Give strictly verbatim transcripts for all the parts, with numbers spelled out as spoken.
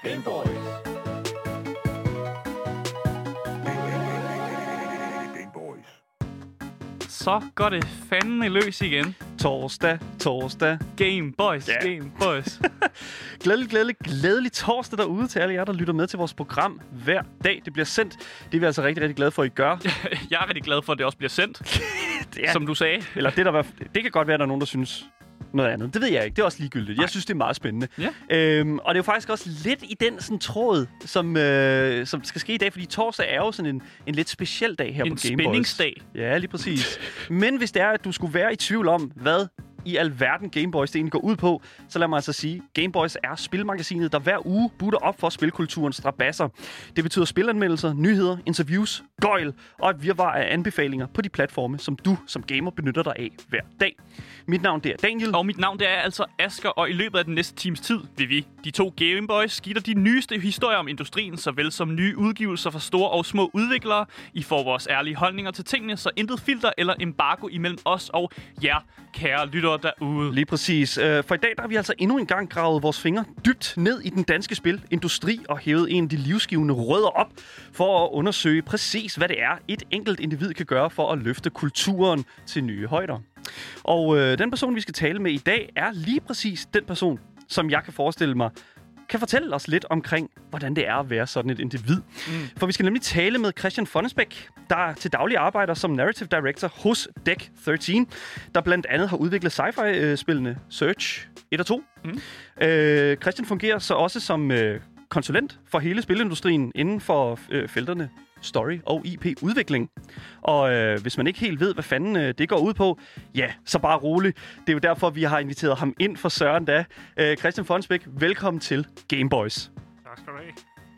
Gameboys. Så går det fandme løs igen. Torsdag, torsdag. Gameboys, Ja. Gameboys. Glædelig, glædelig, glædelig torsdag derude til alle jer, der lytter med til vores program hver dag. Det bliver sendt. Det er vi altså rigtig, rigtig glade for, at I gør. Jeg er rigtig glad for, at det også bliver sendt, Ja. som du sagde. Eller det, der var, det kan godt være, at der er nogen, der synes noget andet. Det ved jeg ikke. Det er også ligegyldigt. Jeg synes, det er meget spændende. Ja. Øhm, og det er jo faktisk også lidt i den sådan, tråd, som, øh, som skal ske i dag, fordi torsdag er jo sådan en, en lidt speciel dag her En på Gameboys. spændingsdag. Ja, lige præcis. Men hvis det er, at du skulle være i tvivl om, hvad i alverden Gameboys det egentlig går ud på, så lad mig altså sige, Gameboys er spilmagasinet, der hver uge butter op for spilkulturens strabasser. Det betyder spilanmeldelser, nyheder, interviews, gøjl og et virvar af anbefalinger på de platforme, som du som gamer benytter dig af hver dag. Mit navn det er Daniel. Og mit navn det er altså Asger, og i løbet af den næste times tid vil vi, de to Gameboys, give dig de nyeste historier om industrien, såvel som nye udgivelser fra store og små udviklere. I får vores ærlige holdninger til tingene, så intet filter eller embargo imellem os og jer, kære lyttere derude. Lige præcis. For i dag der har vi altså endnu en gang gravet vores fingre dybt ned i den danske spilindustri og hævet en af de livsgivende rødder op for at undersøge præcis, hvad det er, et enkelt individ kan gøre for at løfte kulturen til nye højder. Og øh, den person, vi skal tale med i dag, er lige præcis den person, som jeg kan forestille mig, kan fortælle os lidt omkring, hvordan det er at være sådan et individ. Mm. For vi skal nemlig tale med Christian Fonnesbech, der til daglig arbejder som Narrative Director hos Deck tretten, der blandt andet har udviklet sci-fi-spillene Search et og to. Mm. Øh, Christian fungerer så også som øh, konsulent for hele spilindustrien inden for øh, felterne story og I P-udvikling. Og øh, hvis man ikke helt ved, hvad fanden øh, det går ud på, ja, så bare rolig. Det er jo derfor, vi har inviteret ham ind for Søren da. Øh, Christian Fonnesbech, velkommen til Gameboys. Tak skal du have.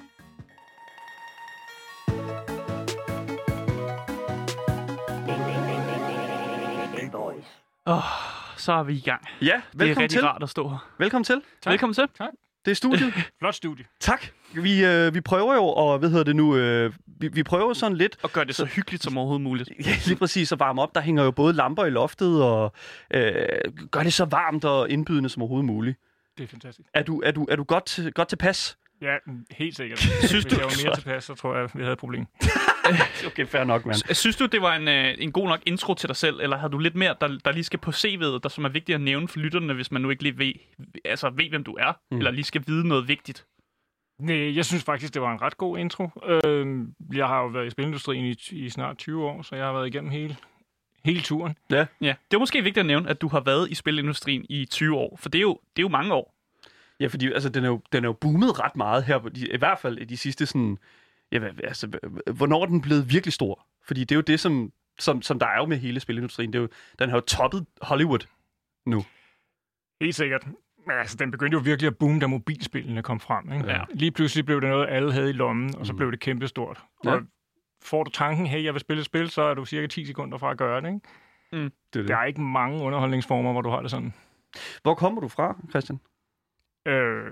Gameboys. Åh, så er vi i gang. Ja, Det er velkommen rigtig til. rart at stå her. Velkommen til. Tak. Velkommen til. Tak. Det er studiet. Flot studie. Tak. Vi, øh, vi prøver jo, og hvad hedder det nu, øh, vi, vi prøver sådan lidt, Og gør det så hyggeligt som overhovedet muligt. ja, lige præcis at varme op. Der hænger jo både lamper i loftet, og øh, gør det så varmt og indbydende som overhovedet muligt. Det er fantastisk. Er du, er du, er du godt, godt tilpas? Ja, mm, helt sikkert. Synes Hvis du jeg var så? mere tilpas, så tror jeg, vi havde et problem. Okay, fair nok, mand. S- Synes du, det var en, øh, en god nok intro til dig selv, eller havde du lidt mere, der, der lige skal på C V'et, der som er vigtigt at nævne for lytterne, hvis man nu ikke lige ved, altså ved hvem du er, mm. eller lige skal vide noget vigtigt? Nej, jeg synes faktisk, det var en ret god intro. Øh, jeg har jo været i spilindustrien i, i snart tyve år, så jeg har været igennem hele, hele turen. Ja. Ja, det er måske vigtigt at nævne, at du har været i spilindustrien i tyve år, for det er jo, det er jo mange år. Ja, fordi altså, den, er jo, den er jo boomet ret meget her, på de, i hvert fald i de sidste sådan... Ja, hvad- altså, hvornår er den blevet virkelig stor? Fordi det er jo det, som, som, som der er jo med hele spilindustrien. Det er jo, den har jo toppet Hollywood nu. Helt sikkert. Men altså, den begyndte jo virkelig at boome, da mobilspillene kom frem. Ikke? Ja. Lige pludselig blev det noget, alle havde i lommen, og så Mm. blev det kæmpestort. Ja. Og får du tanken, hey, jeg vil spille et spil, så er du cirka ti sekunder fra at gøre det. Ikke? Det er det. Der er ikke mange underholdningsformer, hvor du har det sådan. Hvor kommer du fra, Christian? Øh,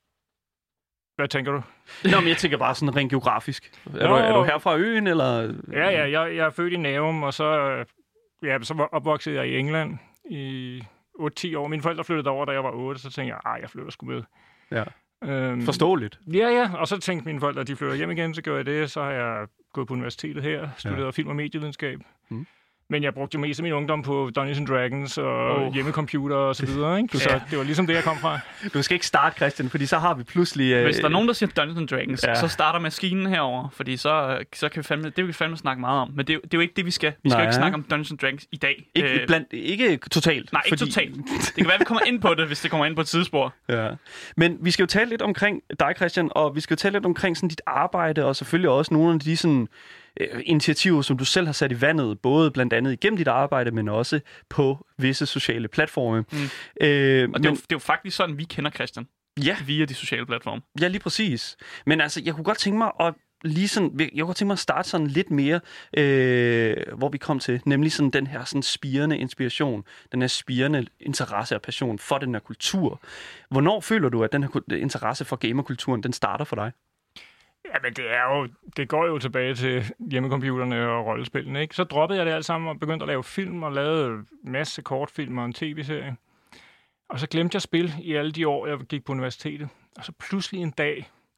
hvad tænker du? Nå, men jeg tænker bare sådan rent geografisk. Er, Nå. du, er du her fra øen, eller? Ja, ja, jeg, jeg er født i Navum, og så, øh, ja, så var- opvoksede jeg i England i otte til ti år. Mine forældre flyttede over, da jeg var otte, så tænkte jeg, ej, jeg flytter sgu med. Ja. Øhm, Forståeligt. Ja, ja, og så tænkte mine forældre, at de flytter hjem igen, så gjorde jeg det. Så har jeg gået på universitetet her, studeret ja. film- og medievidenskab. Mm. Men jeg brugte jo mest af min ungdom på Dungeons and Dragons og Oh. oh. hjemmecomputer og så videre, ikke? Så Ja. det var ligesom det, jeg kom fra. Du skal ikke starte, Christian, fordi så har vi pludselig... Øh, Hvis der er nogen, der siger Dungeons and Dragons, Ja. ja. så starter maskinen herover, fordi så, så kan vi fandme, det vil vi fandme snakke meget om. Men det, er jo- det er jo ikke det, vi skal. Vi skal Nej. jo ikke snakke om Dungeons and Dragons i dag. Ikke, Øh, blandt, ikke totalt. nej, ikke totalt. Det kan være, at vi kommer ind på det, hvis det kommer ind på et tidsspor. Ja. Men vi skal jo tale lidt omkring dig, Christian, og vi skal jo tale lidt omkring sådan dit arbejde, og selvfølgelig også nogle af de sådan, øh, initiativer, som du selv har sat i vandet, både blandt andet igennem dit arbejde, men også på visse sociale platforme. Mm. Øh, Og men, det er, jo, det er jo faktisk sådan, vi kender Christian, ja, via de sociale platforme. ja, lige præcis. Men altså, jeg kunne godt tænke mig at lige sådan, jeg kunne godt tænke mig at starte sådan lidt mere, øh, hvor vi kom til, nemlig sådan den her sådan spirende inspiration, den her spirende interesse og passion for den her kultur. Hvornår føler du, at den her ku- interesse for gamerkulturen, den starter for dig? Ja, men det er jo, det går jo tilbage til hjemmecomputerne og rollespillene, ikke? Så droppede jeg det alt sammen og begyndte at lave film og lavede en masse kortfilm og en tv-serie. Og så glemte jeg spil i alle de år, jeg gik på universitetet. Og så pludselig en dag,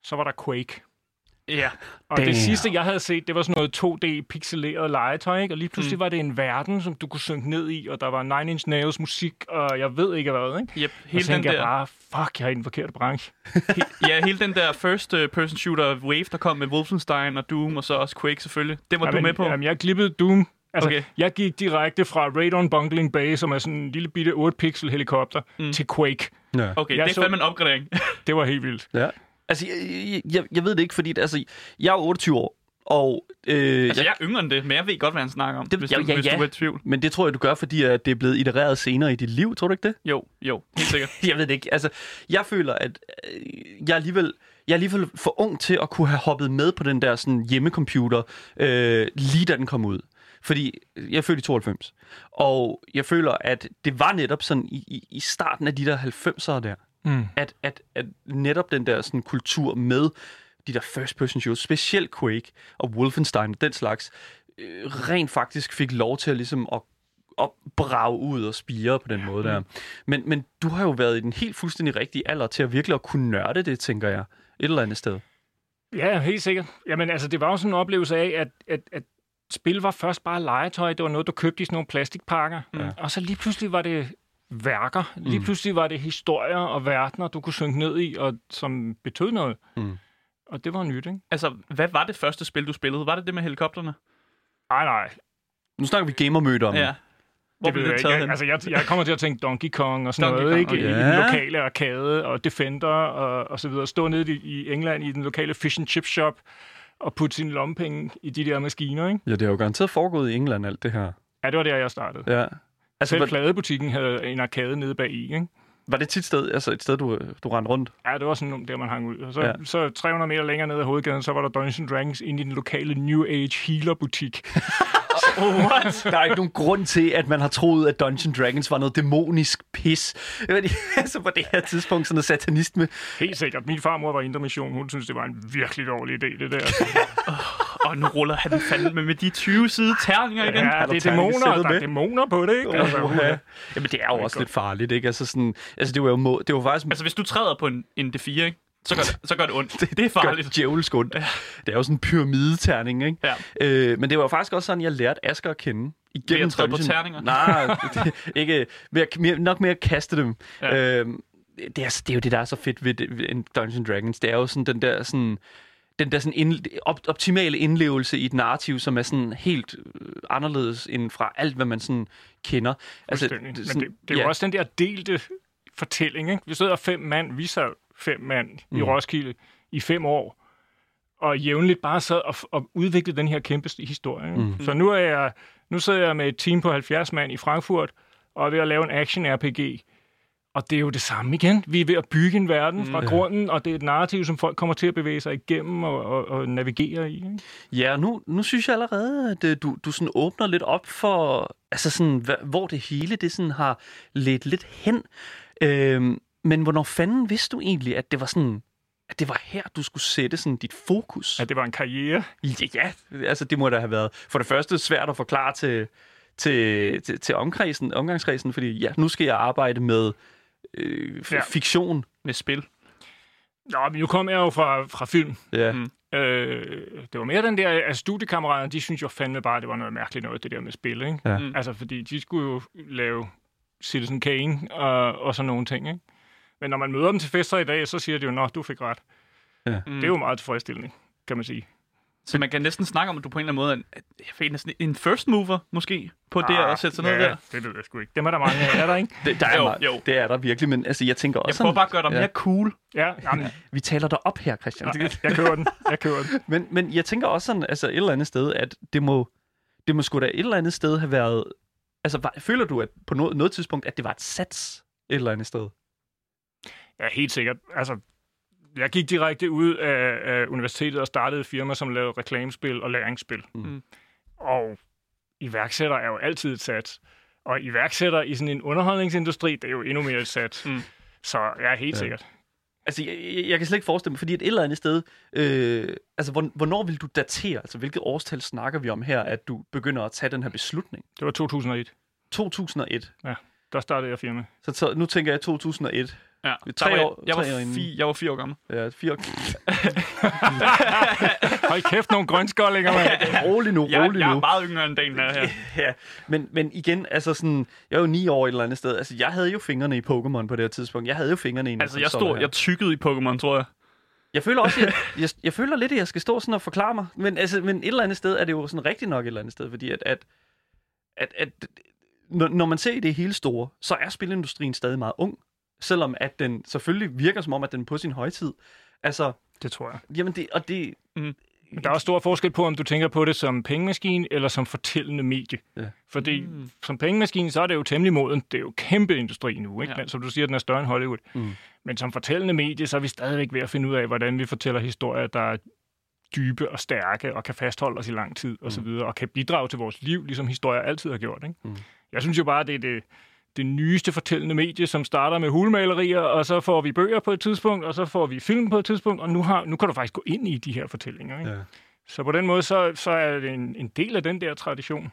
så var der Quake. Ja. Og Damn. det sidste, jeg havde set, det var sådan noget to D-pixeleret legetøj, ikke? Og lige pludselig mm. var det en verden, som du kunne synke ned i, og der var Nine Inch Nails musik, og jeg ved ikke hvad, ikke? Yep, Og hele så den tænkte der, jeg bare, fuck, jeg er i den forkerte branche. he, ja, hele den der first uh, person shooter wave, der kom med Wolfenstein og Doom, og så også Quake selvfølgelig. Det var jamen, du med på? Jamen, jeg glippede Doom. Altså, Okay. okay. jeg gik direkte fra Radon Bungling Bay, som er sådan en lille bitte otte pixel helikopter, Mm. til Quake. Ja. Okay, Jeg det er så- fandme en opgradering. Det var helt vildt. Ja. Altså, jeg, jeg, jeg ved det ikke, fordi altså, jeg er otteogtyve år, og... Øh, altså, jeg, jeg er yngre end det, men jeg ved godt, hvad han snakker om, Det- hvis, ja, du, ja, hvis ja. du er i tvivl. men det tror jeg, du gør, fordi at det er blevet itereret senere i dit liv, tror du ikke det? Jo, jo, helt sikkert. Jeg ved det ikke. Altså, jeg føler, at øh, jeg er alligevel... Jeg er alligevel for ung til at kunne have hoppet med på den der sådan, hjemmecomputer, øh, lige da den kom ud. Fordi jeg er født i tooghalvfems. Og jeg føler, at det var netop sådan i, i, i starten af de der halvfemsere der, Mm. at, at, at netop den der sådan, kultur med de der first-person shooters, specielt Quake og Wolfenstein og den slags, øh, rent faktisk fik lov til at, ligesom, at, at brage ud og spire på den måde der. Men, men du har jo været i den helt fuldstændig rigtige alder til at virkelig at kunne nørde det, tænker jeg, et eller andet sted. Ja, helt sikkert. Jamen, altså, det var jo sådan en oplevelse af, at, at, at spil var først bare legetøj. Det var noget, du købte i sådan nogle plastikpakker. Ja. Og så lige pludselig var det værker. Lige Mm. pludselig var det historier og verdener, du kunne synke ned i, og som betød noget. Mm. Og det var nyt, ikke? Altså, hvad var det første spil, du spillede? Var det det med helikopterne? Nej, nej. Nu snakker vi gamermøder om. Ja. Hvor Det blev ved jeg det ikke. taget Jeg, hen? altså, jeg, jeg kommer til at tænke Donkey Kong og sådan Donkey noget, Kong, ikke? okay. I, I den Ja. lokale arcade og Defender og, og så videre. Stå nede i, i England i den lokale fish and chip shop og putte sine lommepenge i de der maskiner, ikke? Ja, det har jo garanteret foregået i England, alt det her. Ja, det var der, jeg startede. Ja. Altså, Selv var, pladebutikken havde en arcade nede bag i, ikke? var det tit sted, altså et sted, du, du rendte rundt? Ja, det var sådan nogle, der, man hang ud. Og så, Ja. ja. så tre hundrede meter længere ned ad hovedgaden, så var der Dungeons and Dragons inde i den lokale New Age healer-butik. What? Der er ikke nogen grund til, at man har troet, at Dungeons Dragons var noget dæmonisk pis. Altså på det her tidspunkt, sådan noget satanisme. Helt sikkert. Min farmor var indre mission. Hun synes, det var en virkelig dårlig idé, det der. Og nu ruller han fandme med de tyve side terninger igen. Ja, Er der det er dæmoner. terningssættet Der med? er dæmoner på det, ikke? Altså, Uh, ja. Jamen, det er jo My også God. lidt farligt, ikke? Altså, sådan, altså det var jo må, det var faktisk... Altså, hvis du træder på en, en D fire, ikke? Så gør, det, så gør det ondt. Det, det er farligt. Gør djævelsk ondt. Det er jo sådan en pyramideterning, ikke? Ja. Øh, men det var faktisk også sådan, jeg lærte Asger at kende. Igennem Ved at træde på Dungeon- terninger? Nej, det, ikke. Ved at, mere, nok mere at kaste dem. Ja. Ja. Øh, det, er, det er jo det, der er så fedt ved, det, ved en Dungeons Dragons. Det er jo sådan den der sådan... Den der sådan ind, op, optimale indlevelse i et narrativ, som er sådan helt øh, anderledes end fra alt, hvad man sådan kender. Altså, det- Men sådan- det, det er jo ja. også den der delte fortælling, ikke? Vi sidder fem mand, vi sad fem mand mm. i Mm. Roskilde i fem år, og jævnligt bare sad og, og udviklede den her kæmpe historie. Ikke? Mm. Så nu, er jeg, nu sidder jeg med et team på halvfjerds mand i Frankfurt, og er ved at lave en action-R P G. Og det er jo det samme igen. Vi er ved at bygge en verden fra Ja. grunden, og det er et narrativ, som folk kommer til at bevæge sig igennem og, og, og navigere i. Ikke? Ja, nu, nu synes jeg allerede, at øh, du, du sådan åbner lidt op for, altså sådan, hva, hvor det hele det sådan har ledt lidt hen. Øhm, men hvornår fanden vidste du egentlig, at det var sådan, at det var her, du skulle sætte sådan dit fokus? At det var en karriere. Ja, ja, altså det må da have været for det første svært at forklare til, til, til, til omkredsen, omgangskredsen, fordi ja, nu skal jeg arbejde med øh, f- Ja. fiktion. Med spil. Nå, men nu kom jeg jo fra, fra film. Ja. Mm. Øh, det var mere den der, at studiekammeraterne, de synes jo fandme bare, det var noget mærkeligt noget, det der med spil, ikke? Ja. Mm. Altså, fordi de skulle jo lave Citizen Kane og, og sådan nogle ting, ikke? Men når man møder dem til fester i dag, så siger de jo, nå, du fik ret. Ja. Mm. Det er jo meget tilfredsstillende, kan man sige. Så man kan næsten snakke om, at du på en eller anden måde er en, jeg ved, næsten en first mover, måske, på det at sætte sig ned ja, der. det ved jeg sgu ikke. Dem er der mange af, er der ikke? Det, der er Jo, meget, jo. det er der virkelig, men altså, jeg tænker Jeg også prøver bare at gøre dig ja. mere cool. Ja, jamen, Vi taler dig op her, Christian. jeg, jeg kører den. Jeg kører den. Men, men jeg tænker også sådan, altså et eller andet sted, at det må, det må sgu da et eller andet sted have været... Altså, var, føler du at på noget, noget tidspunkt, at det var et sats et eller andet sted? Ja, helt sikkert. Altså, jeg gik direkte ud af, af universitetet og startede et firma, som lavede reklamespil og læringsspil. Mm. Og iværksætter er jo altid et sats. Og iværksætter i sådan en underholdningsindustri, det er jo endnu mere et sats. Mm. Så ja, helt Ja. sikkert. Altså, jeg, jeg, jeg kan slet ikke forestille mig, fordi et eller andet sted... Øh, altså, hvor, hvornår vil du datere? Altså, hvilket årstal snakker vi om her, at du begynder at tage den her beslutning? Det var to tusind og et. to tusind og et. Der startede jeg firma. Så, så nu tænker jeg to tusind og et. Ja. Tre Der var, år- jeg, tre var år inden. fi, jeg var fire år gammel. Ja, fire. Hold kæft, nogle grønskollinger, mand. rolig nu, Jeg, rolig jeg nu. er meget yngre end den der her. Ja, men, men igen, altså sådan, jeg er jo ni år et eller andet sted. Altså, jeg havde jo fingrene i Pokémon på det her tidspunkt. Jeg havde jo fingrene i en Altså, jeg konsol stod, her. jeg tykkede i Pokémon, tror jeg. Jeg føler også, jeg, jeg, jeg føler lidt, at jeg skal stå sådan og forklare mig. Men, altså, men et eller andet sted er det jo sådan rigtigt nok et eller andet sted, fordi at, at, at, at når, når man ser i det hele store, så er spilindustrien stadig meget ung. Selvom at den selvfølgelig virker som om, at den er på sin højtid. Altså, Det tror jeg. jamen det, og det... Mm. Men der er også stor forskel på, om du tænker på det som pengemaskine eller som fortællende medie. Ja. Fordi Mm. som pengemaskine, så er det jo temmelig moden. Det er jo kæmpe industri nu, ikke? Ja. Men, som du siger, den er større end Hollywood. Mm. Men som fortællende medie, så er vi stadigvæk ved at finde ud af, hvordan vi fortæller historier, der er dybe og stærke, og kan fastholde os i lang tid, og så videre, og kan bidrage til vores liv, ligesom historier altid har gjort, ikke? Mm. Jeg synes jo bare, det er det, det nyeste fortællende medie, som starter med hulmalerier, og så får vi bøger på et tidspunkt, og så får vi film på et tidspunkt, og nu, har, nu kan du faktisk gå ind i de her fortællinger, ikke? Ja. Så på den måde, så, så er det en, en del af den der tradition.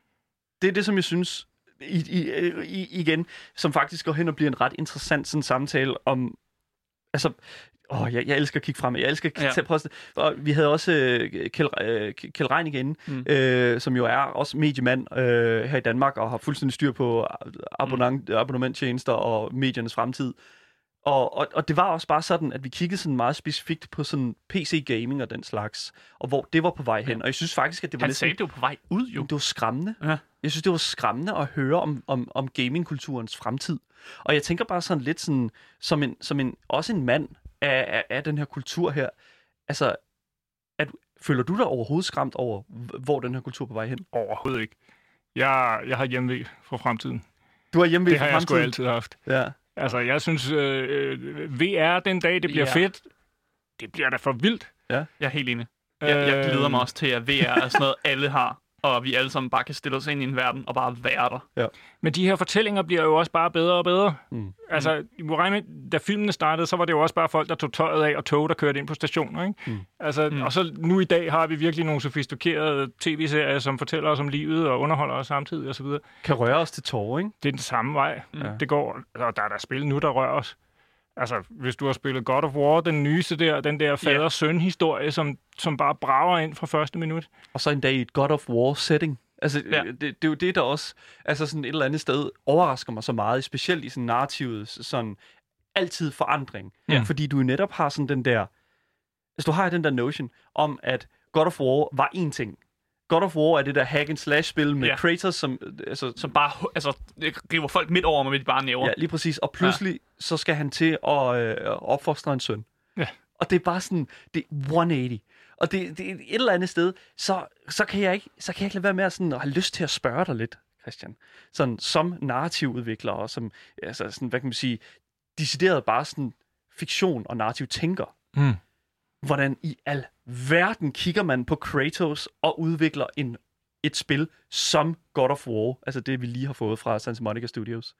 Det er det, som jeg synes, i, i, i, igen, som faktisk går hen og bliver en ret interessant sådan samtale om, altså, åh, jeg, jeg elsker at kigge frem, jeg elsker at Ja. tage på det. Og vi havde også øh, Kjeld, øh, Kjeld Reinicke inde, Mm. øh, som jo er også mediemand øh, her i Danmark, og har fuldstændig styr på abonnement, mm. abonnementtjenester og mediernes fremtid. Og, og, og det var også bare sådan, at vi kiggede sådan meget specifikt på sådan P C-gaming og den slags, og hvor det var på vej hen. Og jeg synes faktisk, at det var Han næsten... sagde, det var på vej ud, jo. Det var skræmmende. Ja. Jeg synes, det var skræmmende at høre om, om, om gamingkulturens fremtid. Og jeg tænker bare sådan lidt sådan, som en, som en, også en mand af, af, af den her kultur her. Altså, at, føler du dig overhovedet skræmt over, hvor den her kultur er på vej hen? Overhovedet ikke. Jeg, jeg har hjemmevæg fra fremtiden. Du har hjemme Det har jeg sgu altid haft. Ja. Altså, jeg synes, øh, V R den dag, det bliver Ja. fedt, det bliver da for vildt. Jeg er helt enig. Jeg, jeg glæder mig også til, at V R er sådan noget, alle har. Og vi alle sammen bare kan stille os ind i en verden og bare være der. Men de her fortællinger bliver jo også bare bedre og bedre. Mm. Altså, I må regne med, da filmene startede, så var det jo også bare folk, der tog tøjet af og tog, der kørte ind på stationer, ikke? Mm. Altså, Mm. og så nu i dag har vi virkelig nogle sofistikerede tv-serier, som fortæller os om livet og underholder os samtidig og så videre. Kan røre os til tårer, ikke? Det er den samme vej. Mm. Det går, og der er der spil nu, der rører os. Altså, hvis du har spillet God of War, den nyeste der, den der fader-søn-historie, som, som bare brager ind fra første minut. Og så en dag i et God of War setting. Altså, Ja. ja. det, det er jo det, der også altså sådan et eller andet sted overrasker mig så meget, specielt i sådan narrativet, sådan altid forandring. Ja. Fordi du jo netop har sådan den der, altså du har den der notion om, at God of War var én ting. God of War er det der hack and slash spil med Ja. ja. Kratos, som, altså, Som bare altså, river folk midt over med de bare næver. ja, lige præcis. Og pludselig, ja. så skal han til at øh, opfostre en søn. Ja. Og det er bare sådan, det er et hundrede og otte. Og det, det er et eller andet sted, så, så, kan jeg ikke, så kan jeg ikke lade være med at, sådan, at have lyst til at spørge dig lidt, Christian. Sådan, som narrativudvikler, og som, altså, sådan, hvad kan man sige, decideret bare sådan fiktion og narrativ tænker. Mm. Hvordan i al verden kigger man på Kratos og udvikler en, et spil som God of War, altså det, vi lige har fået fra Santa Monica Studios.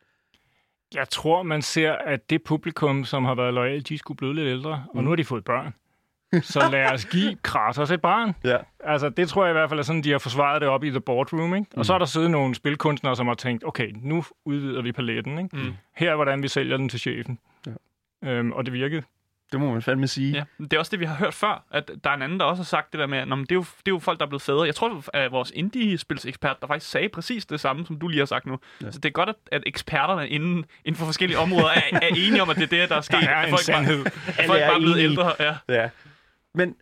Jeg tror, man ser, at det publikum, som har været loyale, de skulle blive lidt ældre, og nu har de fået børn. Så lad os give Kratos et barn. Ja. Altså, det tror jeg i hvert fald er sådan, de har forsvaret det op i The Boardroom, ikke? Og Mm. så er der siddet nogle spilkunstnere, som har tænkt, okay, nu udvider vi paletten, ikke? Mm. Her er, hvordan vi sælger den til chefen. Ja. Øhm, og det virkede. Det må man fandme sige. Ja, det er også det, vi har hørt før, at der er en anden, der også har sagt det der med, at nå, men det, er jo, det er jo folk, der er blevet fædre. Jeg tror, at vores indie-spilsekspert, der faktisk sagde præcis det samme, som du lige har sagt nu. Ja. Så det er godt, at, at eksperterne inden, inden for forskellige områder er, er enige om, at det er det, der er sket. Der er at en folk sandhed. Bare, at Alle folk er bare er blevet enige. ældre. Ja. Ja. Men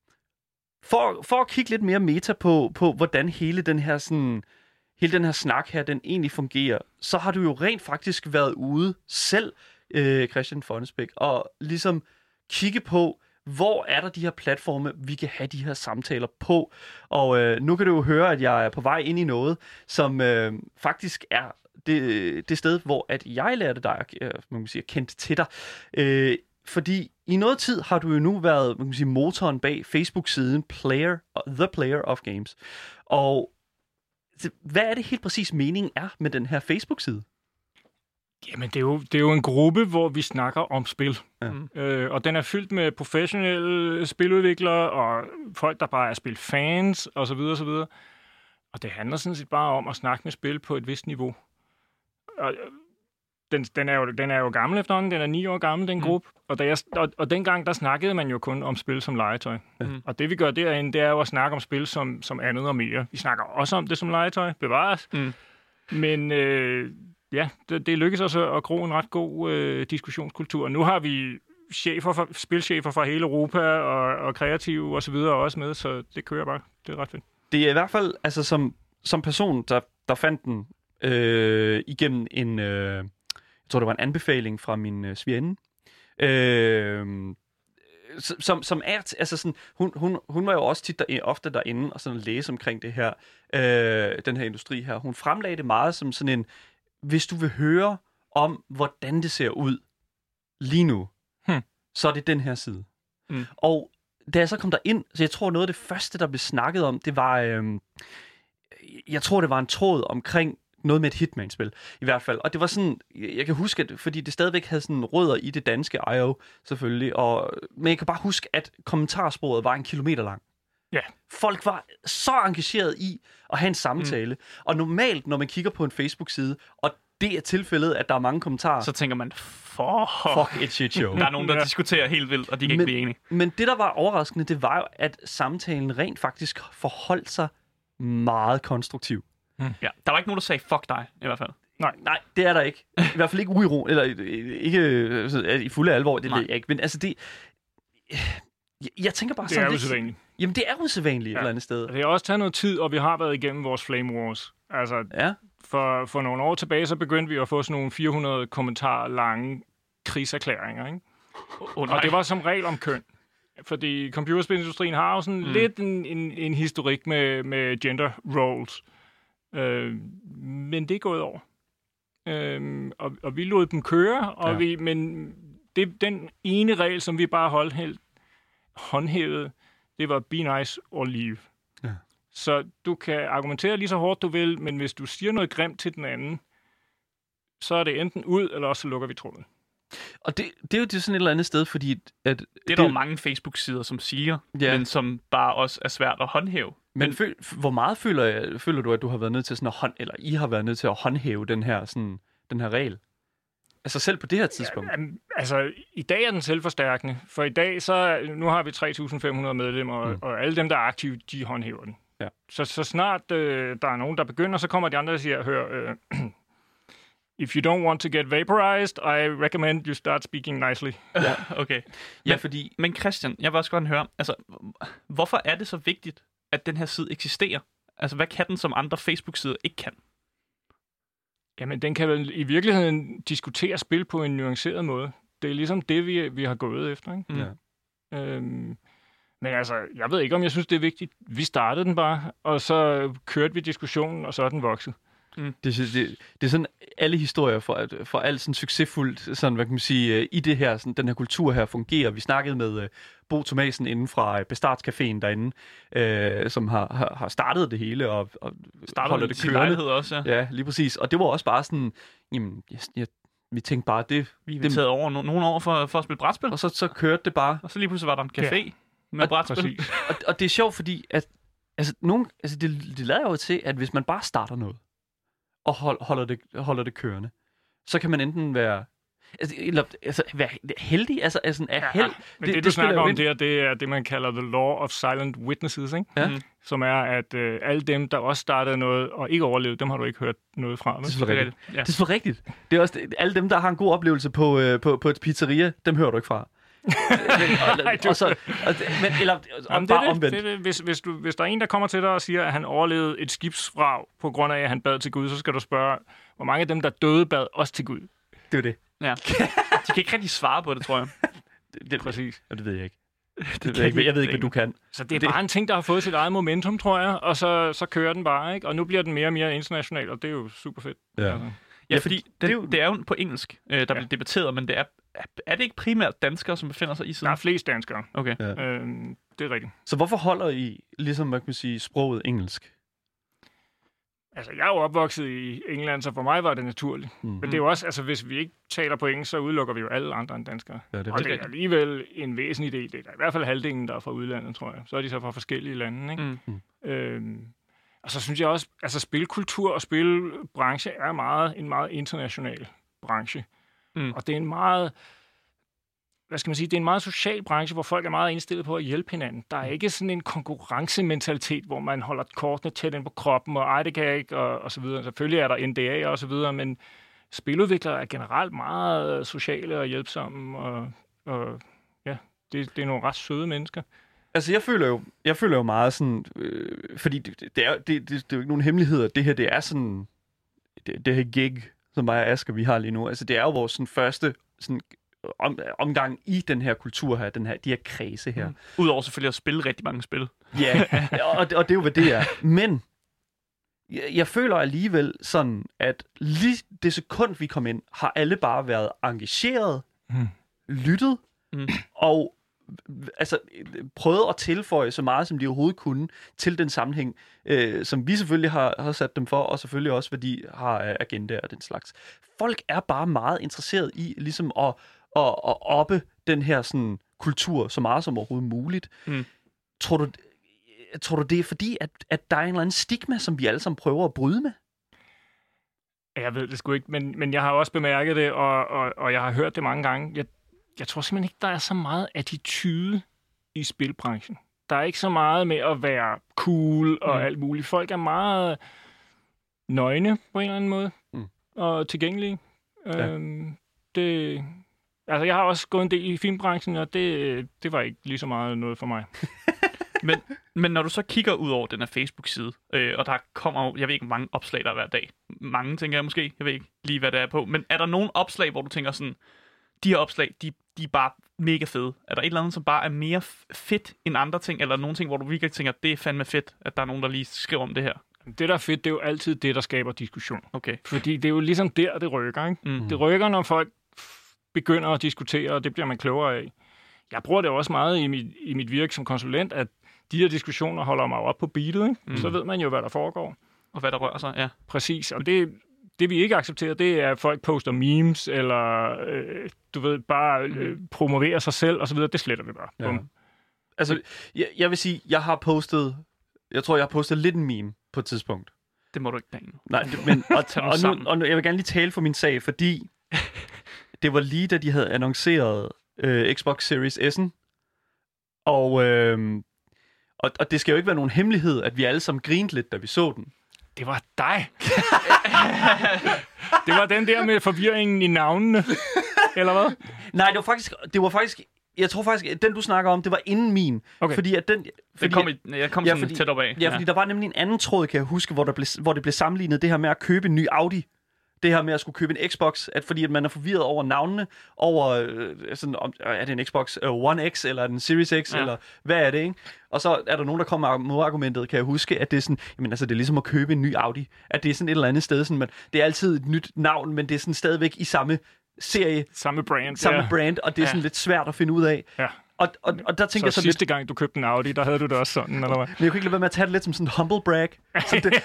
for, for at kigge lidt mere meta på, på hvordan hele den her sådan, hele den her snak her, den egentlig fungerer, så har du jo rent faktisk været ude selv, øh, Christian Fonnesbæk, og ligesom kigge på, hvor er der de her platforme, vi kan have de her samtaler på. Og øh, nu kan du jo høre, at jeg er på vej ind i noget, som øh, faktisk er det, det sted, hvor at jeg lærte dig, øh, man kan sige, kendt til dig. Øh, fordi i noget tid har du jo nu været, man kan sige, motoren bag Facebook-siden Player, The Player of Games. Og hvad er det helt præcis meningen er med den her Facebook-side? Jamen, det er, jo, det er jo en gruppe, hvor vi snakker om spil. Ja. Øh, og den er fyldt med professionelle spiludviklere og folk, der bare er spilfans og så videre, og så videre. Og det handler sådan set bare om at snakke med spil på et vist niveau. Og den, den, er jo, den er jo gammel efterhånden. Den er ni år gammel, den gruppe. Mm. Og, da jeg, og, og dengang, der snakkede man jo kun om spil som legetøj. Mm. Og det, vi gør derinde, det er jo at snakke om spil som, som andet og mere. Vi snakker også om det som legetøj. Bevares. Mm. Men øh, ja, det, det lykkedes os at gro en ret god øh, diskussionskultur. Nu har vi chefer for, spilchefer fra hele Europa og, og kreative og så videre også med, så det kører bare. Det er ret fedt. Det er i hvert fald, altså som, som person, der, der fandt den øh, igennem en, øh, jeg tror det var en anbefaling fra min øh, svigerinde, øh, som, som er, altså sådan, hun, hun, hun var jo også tit der, ofte derinde og sådan læse omkring det her, øh, den her industri her. Hun fremlagde det meget som sådan en, hvis du vil høre om, hvordan det ser ud lige nu, hmm. så er det den her side. Mm. Og da jeg så kom der ind, så jeg tror noget af det første, der blev snakket om, det var, øh, jeg tror det var en tråd omkring noget med et Hitman-spil, i hvert fald. Og det var sådan, jeg kan huske, at, fordi det stadigvæk havde sådan rødder i det danske I O, selvfølgelig, og, men jeg kan bare huske, at kommentarsporet var en kilometer lang. Ja. Folk var så engageret i at have en samtale, mm. og normalt, når man kigger på en Facebook-side, og det er tilfældet, at der er mange kommentarer, så tænker man, fuck, fuck et shit show. Der er nogen, der ja. diskuterer helt vildt, og de kan men, ikke blive enige. Men det, der var overraskende, det var jo, at samtalen rent faktisk forholdt sig meget konstruktiv. Hmm. Ja, der var ikke nogen, der sagde, fuck dig, i hvert fald. Nej, nej, det er der ikke. I hvert fald ikke uiro, eller ikke i fulde alvor, det ved jeg ikke. Men altså, det... Jeg, jeg tænker bare det sådan er lidt... usædvanligt. Jamen, det er usædvanligt ja. et eller andet sted. Det har også taget noget tid, og vi har været igennem vores Flame Wars. Altså, ja. for, for nogle år tilbage, så begyndte vi at få sådan nogle fire hundrede kommentarer lange krigserklæringer, ikke? Oh, og det var som regel om køn. Fordi computerspilindustrien har jo sådan mm. lidt en, en, en historik med, med gender roles. Øh, men det er gået over. Øh, og, og vi lod dem køre, og ja. vi, men det, den ene regel, som vi bare holdt helt håndhævet, det var be nice or leave. Ja. Så du kan argumentere lige så hårdt du vil, men hvis du siger noget grimt til den anden, så er det enten ud, eller også så lukker vi tråden. Og det, det er jo det sådan et eller andet sted, fordi... At det er der jo mange Facebook-sider, som siger, ja. men som bare også er svært at håndhæve. Men, men føl, hvor meget føler, føler du, at du har været nødt til sådan at hånd, eller I har været nødt til at håndhæve den her, sådan, den her regel? Altså selv på det her tidspunkt? Ja, altså, i dag er den selvforstærkende. For i dag, så nu har vi tre tusind fem hundrede medlemmer, mm. og alle dem, der er aktive, de håndhæver den. Ja. Så, så snart øh, der er nogen, der begynder, så kommer de andre og siger, hør, øh, if you don't want to get vaporized, I recommend you start speaking nicely. Ja, okay. Ja, men, fordi... Men Christian, jeg vil også godt høre, altså, hvorfor er det så vigtigt, at den her side eksisterer? Altså, hvad kan den, som andre Facebook-sider ikke kan? Jamen, den kan vel i virkeligheden diskutere spil på en nuanceret måde. Det er ligesom det, vi, vi har gået efter, ikke? Mm. Ja. Øhm, men altså, jeg ved ikke, om jeg synes, det er vigtigt. Vi startede den bare, og så kørte vi diskussionen, og så er den vokset. Mm. Det, det, det er sådan alle historier for, for alt sådan succesfuldt, sådan, hvad kan man sige, i det her, sådan, den her kultur her fungerer. Vi snakkede med uh, Bo Thomasen inden fra Bestartscaféen derinde, uh, som har, har, har startet det hele og, og holder det kørende. Også, ja. Ja, lige præcis. Og det var også bare sådan, jamen, jeg, jeg, vi tænkte bare, det... Vi er taget over no- nogle år for, for at spille brætspil. Og så, så kørte det bare. Og så lige pludselig var der en café ja. med brætspil. og, og det er sjovt, fordi at, altså, nogen, altså, det, det lader jo til, at hvis man bare starter noget, og hold, holder, det, holder det kørende, så kan man enten være, altså, eller, altså, være heldig, altså, altså er ja, held. Men det, det, det du snakker om der, det er det, man kalder the law of silent witnesses, ikke? Ja. Mm. Som er, at øh, alle dem, der også startede noget og ikke overlevede, dem har du ikke hørt noget fra. Det er selvfølgelig rigtigt. Ja. Det er selvfølgelig rigtigt. Det er også det, alle dem, der har en god oplevelse på, øh, på, på et pizzeria, dem hører du ikke fra. men, og, og så, og, men, eller, og Jamen, bare det, omvendt. Det, det, hvis, hvis, du, hvis der er en, der kommer til dig og siger, at han overlevede et skibsvrag på grund af, at han bad til Gud, så skal du spørge, hvor mange af dem, der døde, bad også til Gud. Det er det. Ja. De kan ikke rigtig svare på det, tror jeg. det, det, Præcis. Ja, det ved jeg ikke. Det det jeg, ikke jeg ved ikke, hvad du kan. Så det er det... bare en ting, der har fået sit eget momentum, tror jeg, og så, så kører den bare, ikke? Og nu bliver den mere og mere international, og det er jo super fedt. Ja. Altså. Ja, fordi det, det, er jo, det er jo på engelsk, øh, der ja. bliver debatteret, men det er, er det ikke primært danskere, som befinder sig i siden? Der er flest danskere. Okay. Ja. Øhm, det er rigtigt. Så hvorfor holder I, ligesom man kan sige, sproget engelsk? Altså, jeg er jo opvokset i England, så for mig var det naturligt. Mm. Men det er jo også, altså, hvis vi ikke taler på engelsk, så udelukker vi jo alle andre end danskere. Ja, det er og det er alligevel en væsentlig del. Det er i hvert fald halvdelen, der er fra udlandet, tror jeg. Så er de så fra forskellige lande, ikke? Mm. Øhm, og så synes jeg også, altså spilkultur og spilbranche er meget, en meget international branche. Mm. Og det er en meget... Hvad skal man sige? Det er en meget social branche, hvor folk er meget indstillet på at hjælpe hinanden. Der er ikke sådan en konkurrencementalitet, hvor man holder kortene tæt ind på kroppen, og ej, det kan jeg ikke, og, og så videre. Selvfølgelig er der N D A'er og så videre, men spiludviklere er generelt meget sociale og hjælpsomme, og, og ja, det, det er nogle ret søde mennesker. Altså, jeg føler jo, jeg føler jo meget sådan, øh, fordi det, det, er, det, det, det er jo ikke nogen hemmelighed, at det her, det er sådan, det, det her gig, som mig og Asger, vi har lige nu, altså det er jo vores sådan, første sådan, om, omgang i den her kultur her, den her, de her kredse her. Mm. Udover selvfølgelig at spille rigtig mange spil. Ja, og, og det er jo, hvad det er. Men jeg, jeg føler alligevel sådan, at lige det sekund, vi kom ind, har alle bare været engageret, mm. lyttet, mm. og altså prøvet at tilføje så meget, som de overhovedet kunne, til den sammenhæng, øh, som vi selvfølgelig har, har sat dem for, og selvfølgelig også, hvad de har agendaer og den slags. Folk er bare meget interesseret i ligesom at, at, at oppe den her sådan, kultur så meget som overhovedet muligt. Mm. Tror du, tror du, det er fordi, at, at der er en eller anden stigma, som vi alle sammen prøver at bryde med? Jeg ved det sgu ikke, men, men jeg har også bemærket det, og, og, og jeg har hørt det mange gange. Jeg Jeg tror simpelthen ikke, der er så meget attitude i spilbranchen. Der er ikke så meget med at være cool og mm. alt muligt. Folk er meget nøgne på en eller anden måde, mm. og tilgængelige. Ja. Øhm, det, altså, jeg har også gået en del i filmbranchen, og det, det var ikke lige så meget noget for mig. men, men når du så kigger ud over den her Facebook-side, øh, og der kommer jo, jeg ved ikke, hvor mange opslag der er hver dag. Mange, tænker jeg måske. Jeg ved ikke lige, hvad det er på. Men er der nogen opslag, hvor du tænker sådan, de her opslag, de, de er bare mega fede? Er der et eller andet, som bare er mere fedt end andre ting? Eller nogle ting, hvor du virkelig tænker, det er fandme fedt, at der er nogen, der lige skriver om det her? Det, der er fedt, det er jo altid det, der skaber diskussion. Okay. Fordi det er jo ligesom der, det rykker, ikke? Mm. Det rykker, når folk begynder at diskutere, og det bliver man klogere af. Jeg bruger det også meget i mit, i mit virke som konsulent, at de her diskussioner holder mig op på beatet, ikke? Mm. Så ved man jo, hvad der foregår. Og hvad der rører sig, ja. Præcis, og det... Det, vi ikke accepterer, det er, at folk poster memes, eller øh, du ved, bare øh, promoverer sig selv, og så videre. Det sletter vi bare. Ja. Altså, jeg, jeg vil sige, jeg har postet, jeg tror, jeg har postet lidt en meme på et tidspunkt. Det må du ikke bringe. Nej, det, men, og, og, og, nu, og nu, jeg vil gerne lige tale for min sag, fordi det var lige, da de havde annonceret øh, Xbox Series S'en, og, øh, og, og det skal jo ikke være nogen hemmelighed, at vi alle sammen grinte lidt, da vi så den. Det var dig. Det var den der med forvirringen i navnene, eller hvad? Nej, det var faktisk, det var faktisk, jeg tror faktisk, at den du snakker om, det var inden min. Okay. Fordi at den... Fordi, det kom, i, jeg kom ja, sådan fordi, tæt op af. Ja, fordi der var nemlig en anden tråd, kan jeg huske, hvor, der blev, hvor det blev sammenlignet, det her med at købe en ny Audi. Det her med at skulle købe en Xbox, at fordi at man er forvirret over navnene, over øh, sådan, om, er det en Xbox øh, One X, eller en Series X, ja. Eller hvad er det, ikke? Og så er der nogen, der kommer med modargumentet, kan jeg huske, at det er sådan, jamen altså, det er ligesom at købe en ny Audi. At det er sådan et eller andet sted, sådan, man, det er altid et nyt navn, men det er sådan stadigvæk i samme serie. Samme brand. Samme ja. brand, og det er sådan ja. lidt svært at finde ud af. Ja. Og, og, og der tænker så, så sidste lidt... gang, du købte en Audi, der havde du det også sådan, eller hvad? Men jeg kunne ikke lade være med at tage det lidt som sådan en humble brag. Som det,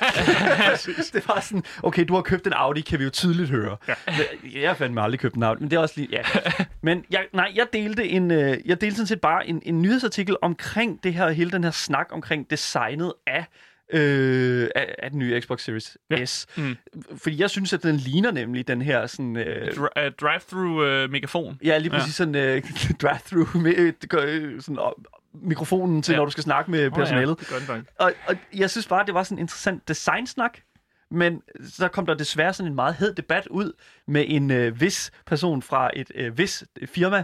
det var sådan, okay, du har købt en Audi, kan vi jo tydeligt høre. Ja. Jeg har fandme aldrig købt en Audi, men det er også lige, ja. Men jeg, nej, jeg delte, en, jeg delte sådan set bare en, en nyhedsartikel omkring det her, hele den her snak omkring designet af Øh, af, af den nye Xbox Series ja. S. Mm. Fordi jeg synes, at den ligner nemlig den her sådan... Øh, Dri- uh, drive-through uh, megafon. Ja, lige præcis ja. sådan uh, drive-through med, sådan, uh, mikrofonen til, ja. Når du skal snakke med personalet. Oh, ja. Det gør den og, og jeg synes bare, det var sådan en interessant designsnak. Men så kom der desværre sådan en meget hed debat ud med en øh, vis person fra et øh, vis firma,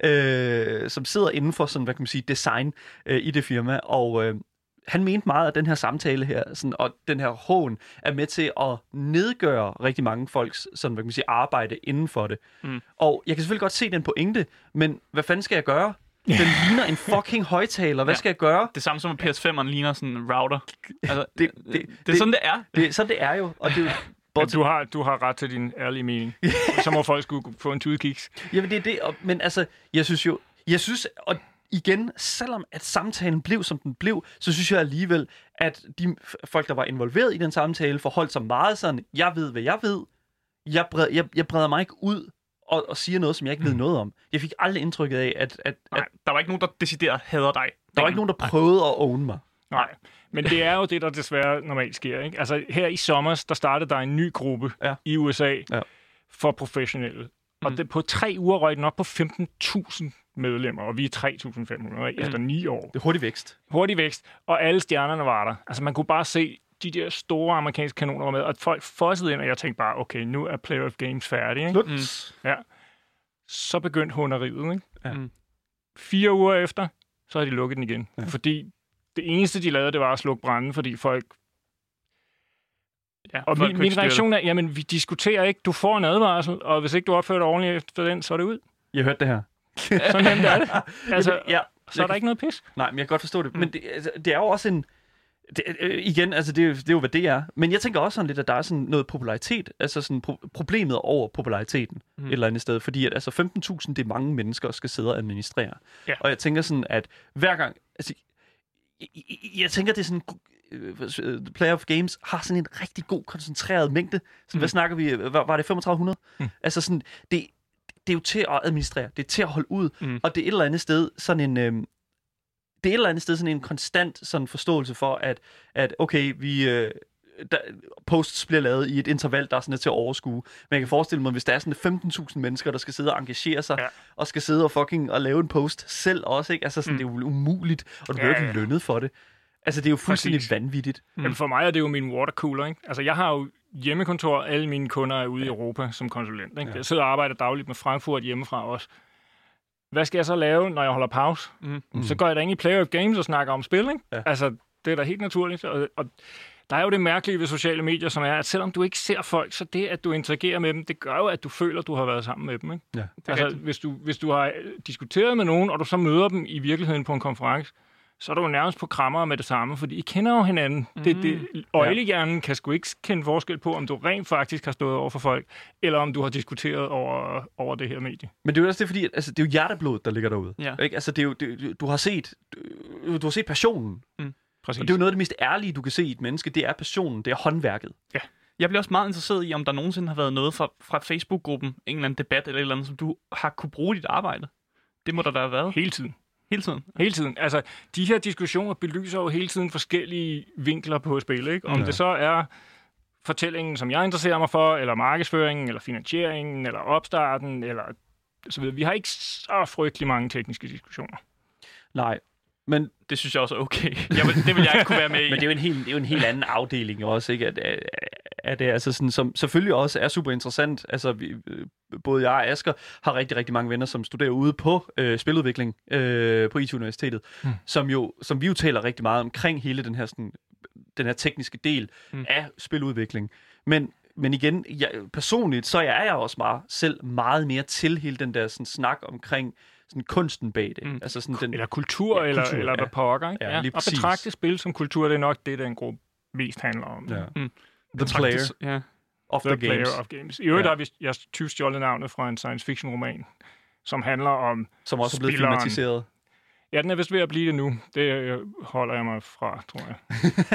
øh, som sidder inden for sådan, hvad kan man sige, design øh, i det firma. Og øh, han mente meget, at den her samtale her, sådan, og den her hån, er med til at nedgøre rigtig mange folks sådan, hvad kan man sige, arbejde inden for det. Mm. Og jeg kan selvfølgelig godt se den pointe, men hvad fanden skal jeg gøre? Den ligner en fucking højtaler. Hvad ja. skal jeg gøre? Det samme som at P S fem'eren ligner sådan en router. Altså, det, det, det, det er sådan, det er. Det, sådan det er jo. Og det, ja, du, har, du har ret til din ærlige mening. Så må folk skulle få en tudekiks. Jamen det er det. Og, men altså, jeg synes jo... Jeg synes... Og igen, selvom at samtalen blev, som den blev, så synes jeg alligevel, at de folk, der var involveret i den samtale, forholdt sig meget sådan, jeg ved, hvad jeg ved. Jeg, bred, jeg, jeg breder mig ikke ud og, og siger noget, som jeg ikke ved noget om. Jeg fik aldrig indtrykket af, at... at, Nej, at der var ikke nogen, der decideret hader dig. Der var ikke nogen, der prøvede Nej. at own mig. Nej, men det er jo det, der desværre normalt sker. Ikke? Altså her i sommer, der startede der en ny gruppe ja. i U S A. Ja. for professionelle. Og Mm. det, på tre uger røg den op på femten tusind medlemmer, og vi er tre tusind fem hundrede Mm. efter ni år. Det er hurtig vækst. Hurtig vækst, og alle stjernerne var der. Altså, man kunne bare se, de der store amerikanske kanoner var med, og folk fossede ind, og jeg tænkte bare, okay, nu er Player of Games færdig, ikke? Slut. Mm. Ja. Så begyndte hunderiet, ikke? Ja. Mm. Fire uger efter, så har de lukket den igen. Ja. Fordi det eneste, de lavede, det var at slukke branden, fordi folk... Ja, Og folk min, kunne min ikke styre reaktion er, jamen, vi diskuterer ikke. Du får en advarsel, og hvis ikke du opfører dig ordentligt efter den, så er det ud. Jeg hørte det her. Så nemt er det. Altså, ja, så er der ikke noget pis. Nej, men jeg kan godt forstå det. Mm. Men det, altså, det er jo også en... Det, øh, igen, altså det, er jo- det er jo, hvad det er. Men jeg tænker også sådan lidt, at der er sådan noget popularitet. Altså sådan pro- problemet over populariteten mm. et eller andet sted. Fordi at altså femten tusind, det er mange mennesker, der skal sidde og administrere. Ja. Og jeg tænker sådan, at hver gang... Altså, jeg, jeg, jeg tænker, det er sådan... øh, Player of Games har sådan en rigtig god, koncentreret mængde. Sådan, mm. Hvad snakker vi? Var, var det femogtredive hundrede? Mm. Altså sådan... Det, det er jo til at administrere. Det er til at holde ud. Mm. Og det er et eller andet sted sådan en... Øhm, det er et eller andet sted sådan en konstant sådan forståelse for, at, at okay, vi... Øh, der, posts bliver lavet i et interval, der er sådan lidt til at overskue. Men jeg kan forestille mig, hvis der er sådan femten tusind mennesker, der skal sidde og engagere sig, ja. og skal sidde og fucking og lave en post selv også, ikke? Altså sådan, mm. det er jo umuligt, og du bliver Ja, ikke ja. lønnet for det. Altså, det er jo fuldstændig Præcis. vanvittigt. Mm. Jamen for mig er det jo min watercooler, ikke? Altså, jeg har jo hjemmekontor, alle mine kunder er ude i Europa som konsulent, ikke? Ja. Jeg sidder og arbejder dagligt med Frankfurt hjemmefra også. Hvad skal jeg så lave, når jeg holder pause? Mm. Mm. Så går jeg da ind i Player of Games og snakker om spil, ikke? Ja. Altså, det er da helt naturligt. Og, og der er jo det mærkelige ved sociale medier, som er, at selvom du ikke ser folk, så det, at du interagerer med dem, det gør jo, at du føler, at du har været sammen med dem, ikke? Ja. Altså, hvis du, hvis du har diskuteret med nogen, og du så møder dem i virkeligheden på en konference, så er du jo nærmest på krammer med det samme, fordi I kender jo hinanden. Mm. Det, det, øjlehjernen kan sgu ikke kende forskel på, om du rent faktisk har stået over for folk, eller om du har diskuteret over, over det her medie. Men det er jo også det, fordi altså, det er jo hjerteblodet, der ligger derude. Ja. Ikke? Altså, det er jo, det, du har set du, du har set passionen. Præcis. Og det er jo noget af det mest ærlige, du kan se i et menneske. Det er passionen, det er håndværket. Ja. Jeg bliver også meget interesseret i, om der nogensinde har været noget fra, fra Facebook-gruppen, en eller anden debat eller et eller andet, som du har kunne bruge i dit arbejde. Det må der da have været. Hele tiden. Hele tiden. Hele tiden. Altså, de her diskussioner belyser jo hele tiden forskellige vinkler på spil, ikke? Om Ja. det så er fortællingen, som jeg interesserer mig for, eller markedsføringen, eller finansieringen, eller opstarten, eller så videre. Vi har ikke så frygtelig mange tekniske diskussioner. Nej, men, Det synes jeg også er okay. Jeg vil, det vil jeg ikke kunne være med i. men det er jo en helt, det er jo en helt anden afdeling også, ikke? At, at, at det altså sådan, som selvfølgelig også er super interessant. Altså, vi, øh, både jeg og Asger har rigtig, rigtig mange venner, som studerer ude på øh, spiludvikling øh, på I T Universitetet, mm. som, jo, som vi jo taler rigtig meget omkring hele den her, sådan, den her tekniske del mm. af spiludvikling. Men Men igen, jeg, personligt, så er jeg også meget, selv meget mere til hele den der sådan, snak omkring sådan, kunsten bag det. Mm. Altså, sådan, den, Eller kultur, Ja, eller, kultur, eller ja. hvad pokker, ikke? Ja, lige og præcis. betragte spil som kultur, det er nok det, den gruppe mest handler om. ja. Mm. The player Ja. of the, The the games, Player of Games. I øvrigt Ja. har vi, jeg tyvt stjålet navnet fra en science fiction roman, som handler om som også er blevet spilleren. filmatiseret. Ja, den er vist ved at blive det nu. Det øh, holder jeg mig fra, tror jeg.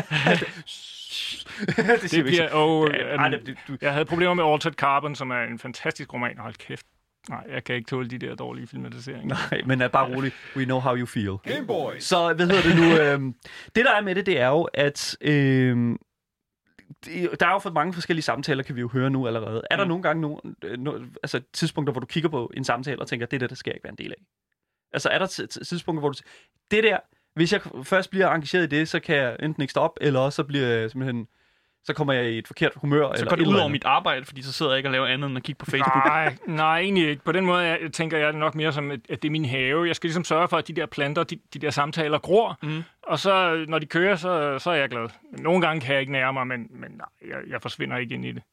det Det siger vi ikke. bliver, oh, Ja, ej, det- du- jeg havde problemer med Altered Carbon, som er en fantastisk roman. Hold kæft. Nej, jeg kan ikke tåle de der dårlige filmatiseringer. Nej, men er bare rolig. We know how you feel. Game Boy. Så hvad hedder det nu? øhm, det der er med det, det er jo, at øhm, det, der er jo for mange forskellige samtaler, kan vi jo høre nu allerede. Er der Mm. nogle gange nogle, øh, no, altså tidspunkter, hvor du kigger på en samtale og tænker, det der, det skal jeg ikke være en del af? Altså er der t- t- tidspunkter, hvor du siger, det der, hvis jeg først bliver engageret i det, så kan jeg enten ikke stoppe, eller også så bliver jeg simpelthen, så kommer jeg i et forkert humør. Så eller går det et ud eller over andet. mit arbejde, fordi så sidder jeg ikke og laver andet end at kigge på Facebook. Nej, nej, egentlig ikke. På den måde jeg, tænker jeg det nok mere som, at at det er min have. Jeg skal ligesom sørge for, at de der planter, de, de der samtaler gror. Mm. Og så, når de kører, så, så er jeg glad. Nogle gange kan jeg ikke nære mig, men, men nej, jeg, jeg forsvinder ikke ind i det.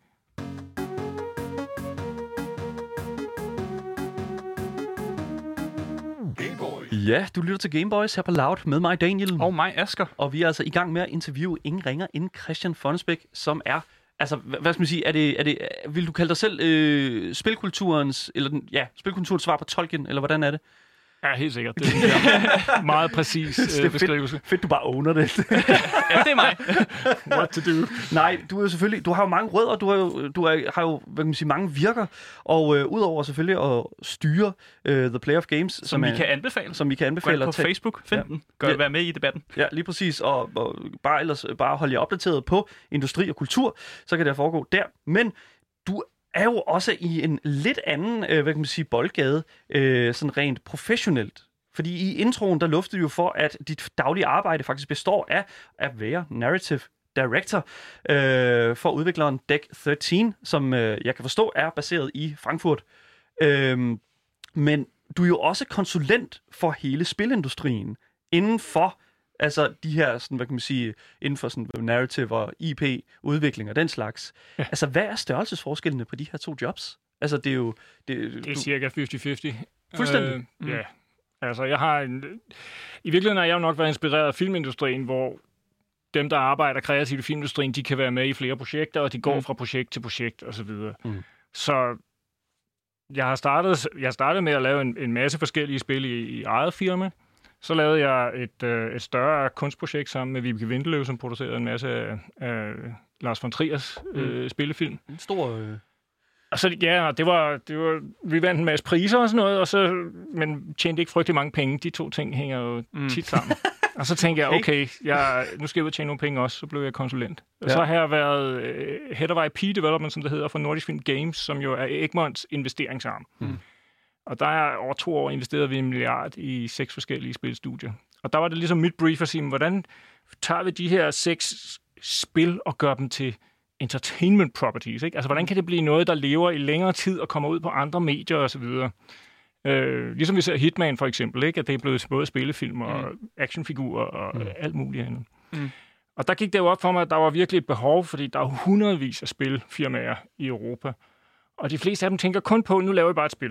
Ja, du lytter til Gameboys her på Loud med mig, Daniel. Og mig, Asger. Og vi er altså i gang med at interviewe ingen ringer end Christian Fonnesbæk, som er, altså, hvad, hvad skal man sige, er det, er det, vil du kalde dig selv øh, spilkulturens, eller den, ja, spilkulturens svar på Tolkien, eller hvordan er det? Ja, helt sikkert. Det er en meget præcis Det øh, er beskrivelse. fedt, fedt, du bare owner det. Ja, det er mig. What to do? Nej, du er jo selvfølgelig, du har jo mange rødder, du har jo, du er, har jo hvad kan man sige, mange virker, og øh, udover selvfølgelig at styre øh, The Player of Games, som, Som vi er, kan anbefale. som vi kan Gå anbefale ind på at tage- Facebook, find Ja. den. Gør Ja. være med i debatten. Ja, lige præcis, og, og bare ellers bare holde jer opdateret på industri og kultur, så kan det foregå der. Men du er jo også i en lidt anden, øh, hvad kan man sige, boldgade, øh, sådan rent professionelt. Fordi i introen, der luftede vi jo for, at dit daglige arbejde faktisk består af at være narrative director øh, for udvikleren Deck tretten, som øh, jeg kan forstå er baseret i Frankfurt. Øh, men du er jo også konsulent for hele spilindustrien inden for altså de her, sådan, hvad kan man sige, inden for sådan narrative og I P-udvikling og den slags. Ja. Altså, hvad er størrelsesforskellene på de her to jobs? Altså, det er jo... Det, det er du... cirka halvtreds halvtreds. Fuldstændig. Øh, mm. Ja. Altså, jeg har en... I virkeligheden har jeg jo nok været inspireret af filmindustrien, hvor dem, der arbejder kreativt i filmindustrien, de kan være med i flere projekter, og de går mm. fra projekt til projekt, og så videre. Mm. Så jeg har startet, jeg startede med at lave en, en masse forskellige spil i, i eget firma. Så lavede jeg et, øh, et større kunstprojekt sammen med Vibeke Windeløv, som producerede en masse af, af Lars von Triers øh, mm. spillefilm. En stor... Øh... Og så, ja, det var, det var, vi vandt en masse priser og sådan noget, og så, men tjente ikke frygtelig mange penge. De to ting hænger jo mm. tit sammen. Og så tænkte jeg, okay, jeg, nu skal jeg ud og tjene nogle penge også, så blev jeg konsulent. Og ja. Så har jeg været uh, Head of I P Development, som det hedder, for Nordisk Film Games, som jo er Egmonts investeringsarm. Mm. Og der er over to år investeret vi en milliard i seks forskellige spilstudier. Og der var det ligesom mit brief at sige, hvordan tager vi de her seks spil og gør dem til entertainment properties, ikke? Altså, hvordan kan det blive noget, der lever i længere tid og kommer ud på andre medier og så videre? Øh, ligesom vi ser Hitman for eksempel, ikke? At det er blevet både spillefilm og mm. actionfigurer og mm. alt muligt andet. Mm. Og der gik det jo op for mig, at der var virkelig et behov, fordi der er hundredvis af spilfirmaer i Europa. Og de fleste af dem tænker kun på, nu laver vi bare et spil.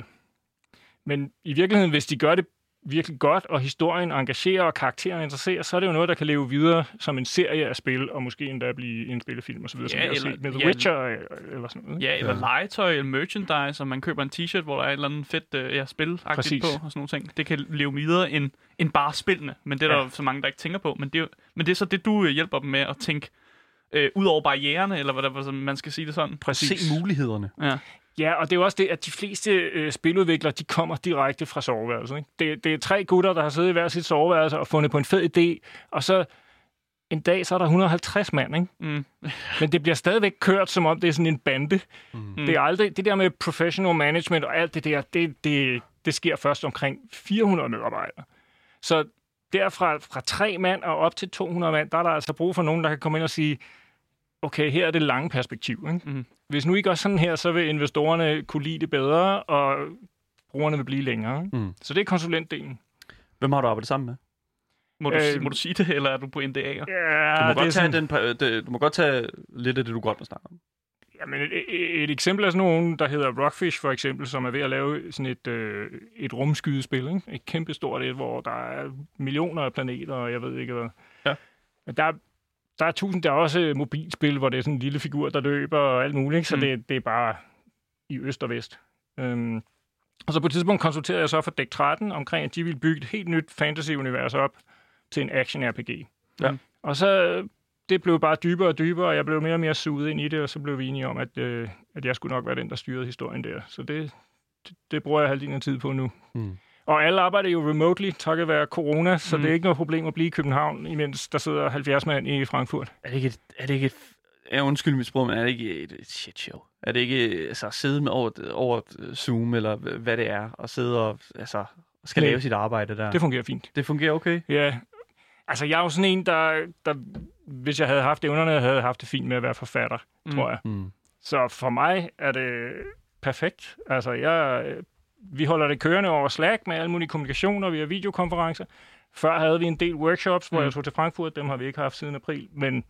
Men i virkeligheden, hvis de gør det virkelig godt, og historien engagerer, og karakteren interesserer, så er det jo noget, der kan leve videre som en serie af spil, og måske endda blive en spillefilm og så videre, ja, som vi har set med The ja, Witcher eller sådan noget. Ja, eller ja. legetøj, eller merchandise, og man køber en t-shirt, hvor der er et eller andet fedt uh, ja, spil-agtigt på, og sådan nogle ting. Det kan leve videre end, end bare spillene, men det er ja. der så mange, der ikke tænker på. Men det er, men det er så det, du hjælper dem med at tænke øh, ud over barriererne, eller hvad man skal sige det sådan. Præcis. Se mulighederne. Ja. Ja, og det er jo også det, at de fleste øh, spiludviklere, de kommer direkte fra soveværelset. Ikke? Det, det er tre gutter, der har siddet i hver sit soveværelse og fundet på en fed idé, og så en dag, så er der et hundrede og halvtreds mand, ikke? Mm. Men det bliver stadigvæk kørt, som om det er sådan en bande. Mm. Det er aldrig, det der med professional management og alt det der, det, det, det sker først omkring fire hundrede medarbejdere. Så derfra fra tre mand og op til to hundrede mand, der er der altså brug for nogen, der kan komme ind og sige, okay, her er det lange perspektiv, ikke? Mm. Hvis nu I gør sådan her, så vil investorerne kunne lide det bedre, og brugerne vil blive længere. Ikke? Mm. Så det er konsulentdelen. Hvem har du arbejdet sammen med? Må du, øh, må du sige det, eller er du på N D A'er? Ja, du, må godt tage sådan... den, det, du må godt tage lidt af det, du godt må snakke om. Jamen, et, et, et eksempel er sådan nogen, der hedder Rockfish, for eksempel, som er ved at lave sådan et, øh, et rumskydespil. Ikke? Et kæmpestort et, hvor der er millioner af planeter, og jeg ved ikke hvad. Ja. Men der Der er tusind, der er også mobilspil, hvor det er sådan en lille figur, der løber og alt muligt, ikke? Så mm. det, det er bare i øst og vest. Øhm, og så på et tidspunkt konsulterede jeg så for Deck tretten omkring, at de ville bygge et helt nyt fantasy-univers op til en action-R P G. Ja. Og så det blev bare dybere og dybere, og jeg blev mere og mere suget ind i det, og så blev vi enige om, at, øh, at jeg skulle nok være den, der styrede historien der. Så det, det, det bruger jeg halvdelen af tid på nu. Mm. Og alle arbejder jo remotely, takket være corona, så mm. det er ikke noget problem at blive i København, imens der sidder halvfjerds mand i Frankfurt. Er det ikke et, er det ikke et, jeg undskyld mit sprog, men er det ikke et, et shit show? Er det ikke altså, at sidde med over, over Zoom, eller hvad det er, og sidde og altså, skal Nej. lave sit arbejde der? Det fungerer fint. Det fungerer okay? Ja. Altså, jeg er jo sådan en, der, der hvis jeg havde haft evnerne, havde haft det fint med at være forfatter, mm. tror jeg. Mm. Så for mig er det perfekt. Altså, jeg... Vi holder det kørende over Slack med alle mulige kommunikationer via videokonferencer. Før havde vi en del workshops, hvor mm. jeg tog til Frankfurt. Dem har vi ikke haft siden april, men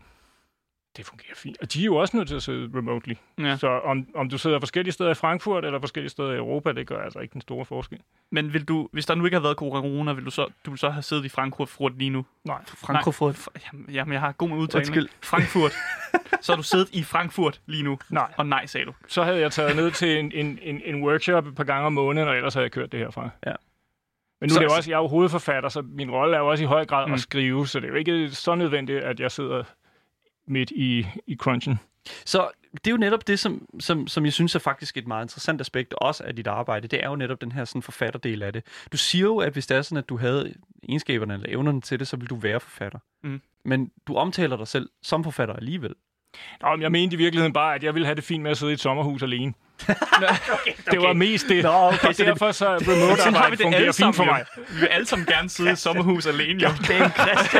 det fungerer fint. Og de er jo også nødt til at sidde remotely. Ja. Så om, om du sidder forskellige steder i Frankfurt eller forskellige steder i Europa, det gør altså ikke den store forskel. Men vil du, hvis der nu ikke har været corona, vil du så, du vil så have siddet i Frankfurt lige nu? Nej. Frankfurt? Nej. Jamen, jeg har god med udtale. Frankfurt. Så har du siddet i Frankfurt lige nu? Nej. Og nej, sagde du. Så havde jeg taget ned til en, en, en, en workshop et par gange om måneden, og ellers havde jeg kørt det herfra. Ja. Men nu så, er det jo også, jeg er jo hovedforfatter, så min rolle er jo også i høj grad mm. at skrive, så det er jo ikke så nødvendigt, at jeg sidder midt i, i crunchen. Så det er jo netop det, som, som, som jeg synes er faktisk et meget interessant aspekt også af dit arbejde. Det er jo netop den her sådan, forfatterdel af det. Du siger jo, at hvis det er sådan, at du havde egenskaberne eller evnerne til det, så vil du være forfatter. Mm. Men du omtaler dig selv som forfatter alligevel. Nå, men jeg mente i virkeligheden bare, at jeg ville have det fint med at sidde i et sommerhus alene. okay, okay. Det var mest det. Nå, okay, og derfor så remote arbejde fungerer fint for mig. Vi vil alle sammen gerne sidde i et sommerhus alene, jo. Det er en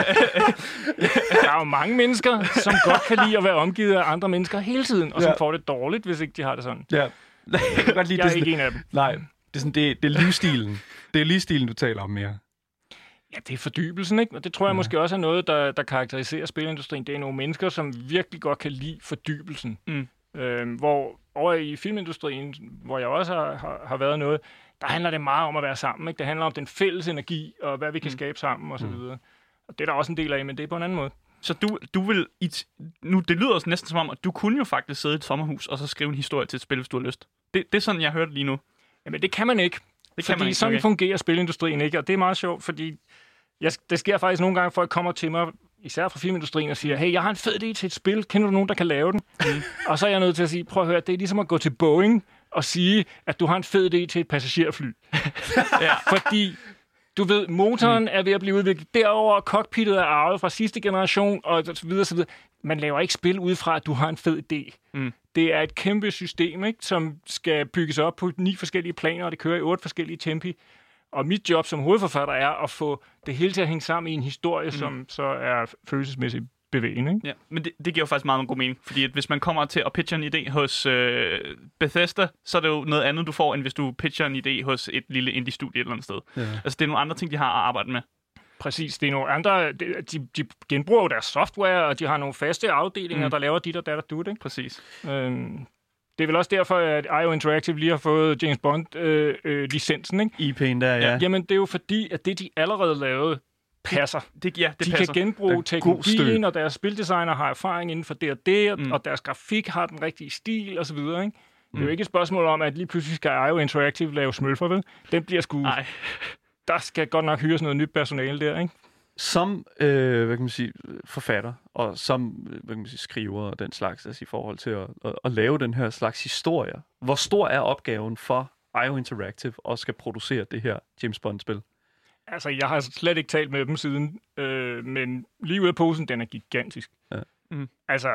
Der er jo mange mennesker, som godt kan lide at være omgivet af andre mennesker hele tiden, og som Ja. får det dårligt, hvis ikke de har det sådan. Ja. Jeg kan godt lide, Jeg er det ikke sådan, en af dem. nej, det er, sådan, det, det er livsstilen. Det er livsstilen, du taler om mere. Ja, det er fordybelsen, ikke? Og det tror jeg ja. måske også er noget, der, der karakteriserer spilindustrien. Det er nogle mennesker, som virkelig godt kan lide fordybelsen. Mm. Øhm, hvor over i filmindustrien, hvor jeg også har, har, har været noget, der handler det meget om at være sammen, ikke? Det handler om den fælles energi, og hvad vi kan mm. skabe sammen, og så Mm. videre. Og det er der også en del af, men det er på en anden måde. Så du, du vil... I t- nu, det lyder også næsten som om, at du kunne jo faktisk sidde i et sommerhus, og så skrive en historie til et spil, hvis du har lyst. Det, det er sådan, jeg har hørt lige nu. Jamen, det kan man ikke. Det kan fordi man ikke, sådan okay. fungerer spilindustrien ikke, og det er meget sjovt, fordi jeg, det sker faktisk nogle gange, folk kommer til mig, især fra filmindustrien, og siger, hey, jeg har en fed idé til et spil, kender du nogen, der kan lave den? Mm. Og så er jeg nødt til at sige, prøv at høre, det er ligesom at gå til Boeing og sige, at du har en fed idé til et passagerfly. ja. Fordi, du ved, motoren mm. er ved at blive udviklet derover, cockpittet er arvet fra sidste generation, og så videre, så videre. Man laver ikke spil ud fra, at du har en fed idé. Mm. Det er et kæmpe system, ikke, som skal bygges op på ni forskellige planer, og det kører i otte forskellige tempi. Og mit job som hovedforfatter er at få det hele til at hænge sammen i en historie, mm. som så er følelsesmæssigt bevægende. Ikke? Ja, men det, det giver jo faktisk meget god mening, fordi at hvis man kommer til at pitche en idé hos øh, Bethesda, så er det jo noget andet, du får, end hvis du pitcher en idé hos et lille indie-studie et eller andet sted. Ja. Altså, det er nogle andre ting, de har at arbejde med. Præcis, det er nogle andre, de, de genbruger jo deres software, og de har nogle faste afdelinger, mm. der laver dit og dat og dut, ikke? Præcis. Øhm, det er vel også derfor, at I O Interactive lige har fået James Bond-licensen, øh, øh, I P'en der, ja. Jamen, det er jo fordi, at det, de allerede lavede, passer. Det, ja, det de passer. kan genbruge teknologien, og deres spildesigner har erfaring inden for det og det, mm. og deres grafik har den rigtige stil, og så videre, ikke? Mm. Det er jo ikke et spørgsmål om, at lige pludselig skal I O Interactive lave smølfer, vel? Den bliver sgu... Nej. Der skal godt nok hyres noget nyt personale der, ikke? Som øh, hvad kan man sige, forfatter, og som hvad kan man sige, skriver og den slags, altså i forhold til at, at, at lave den her slags historier. Hvor stor er opgaven for I O Interactive at skal producere det her James Bond-spil? Altså, jeg har slet ikke talt med dem siden, øh, men lige ude af posen, den er gigantisk. Ja. Mm. Altså,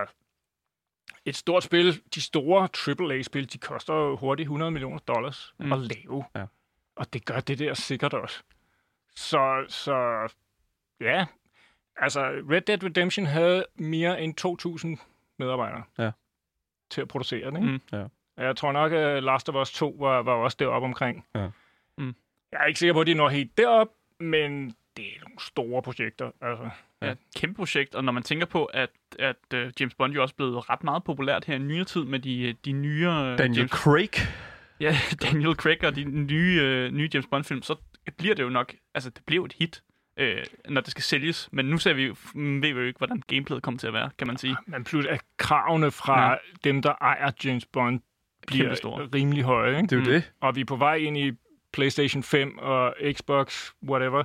et stort spil, de store triple A-spil, de koster jo hurtigt hundrede millioner dollars mm. at lave. Ja. Og det gør det der sikkert også. Så, så ja, altså Red Dead Redemption havde mere end to tusind medarbejdere ja. til at producere den. Ikke? Mm. Ja. Jeg tror nok, at Last of Us to var, var også deroppe omkring. Ja. Mm. Jeg er ikke sikker på, at de når helt derop, men det er nogle store projekter. Altså. Ja, et kæmpe projekt, og når man tænker på, at, at uh, James Bond jo også blevet ret meget populært her i nyere tid med de, de nye... Uh, Daniel James... Craig. Ja, Daniel Craig og de nye, øh, nye James Bond-film, så bliver det jo nok... Altså, det bliver et hit, øh, når det skal sælges. Men nu ser vi jo, ved vi jo ikke, hvordan gameplayet kommer til at være, kan man sige. Men plus at kravene fra ja. dem, der ejer James Bond, bliver rimelig høje. Ikke? Det er jo det. Og vi er på vej ind i PlayStation fem og Xbox, whatever.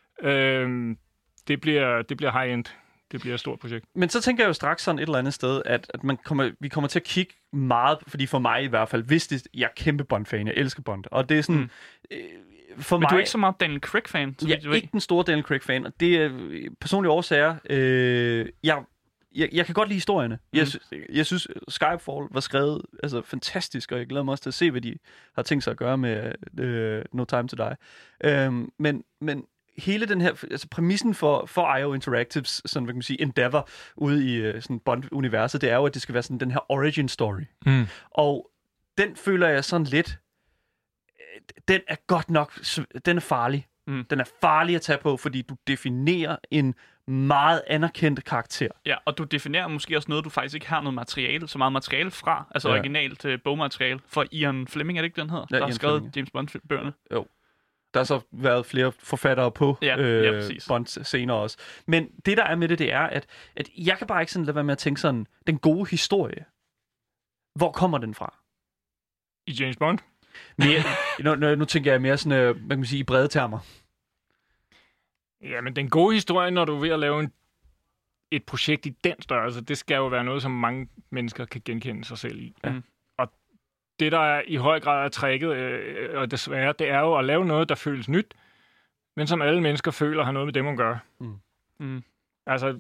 Øhm, det, bliver, det bliver high-end. Det bliver et stort projekt. Men så tænker jeg jo straks sådan et eller andet sted, at, at man kommer, vi kommer til at kigge meget, fordi for mig i hvert fald, hvis det, jeg er kæmpe Bond-fan, jeg elsker Bond, og det er sådan... Mm. Øh, for Men mig, du er ikke så meget Daniel Craig-fan? Jeg er ikke den store Daniel Craig-fan, og det er personlige årsager. Øh, jeg, jeg, jeg kan godt lide historierne. Mm. Jeg, jeg synes, Skyfall var skrevet altså, fantastisk, og jeg glæder mig også til at se, hvad de har tænkt sig at gøre med uh, No Time to Die. Øh, men... men hele den her, altså præmissen for, for I O Interactives, sådan, hvad kan man sige, endeavor ude i sådan Bond-universet, det er jo, at det skal være sådan den her origin story. Mm. Og den føler jeg sådan lidt, den er godt nok, den er farlig. Mm. Den er farlig at tage på, fordi du definerer en meget anerkendt karakter. Ja, og du definerer måske også noget, du faktisk ikke har noget materiale, så meget materiale fra, altså ja. originalt uh, bogmateriale, for Ian Fleming, er det ikke den hedder, ja, der Ian har skrevet Fleming. James Bond-bøgerne? Jo. Der har så været flere forfattere på ja, øh, ja, Bond senere også. Men det, der er med det, det er, at, at jeg kan bare ikke sådan lade være med at tænke sådan, den gode historie, hvor kommer den fra? I James Bond? Mere, nu, nu, nu tænker jeg mere sådan, øh, hvad kan man sige, i brede termer. Ja, men den gode historie, når du er ved at lave en, et projekt i den størrelse, det skal jo være noget, som mange mennesker kan genkende sig selv i. Ja. Og det, der er i høj grad er tricket, øh, og desværre, det er jo at lave noget, der føles nyt, men som alle mennesker føler har noget med dem at gøre. Mm. Mm. Altså,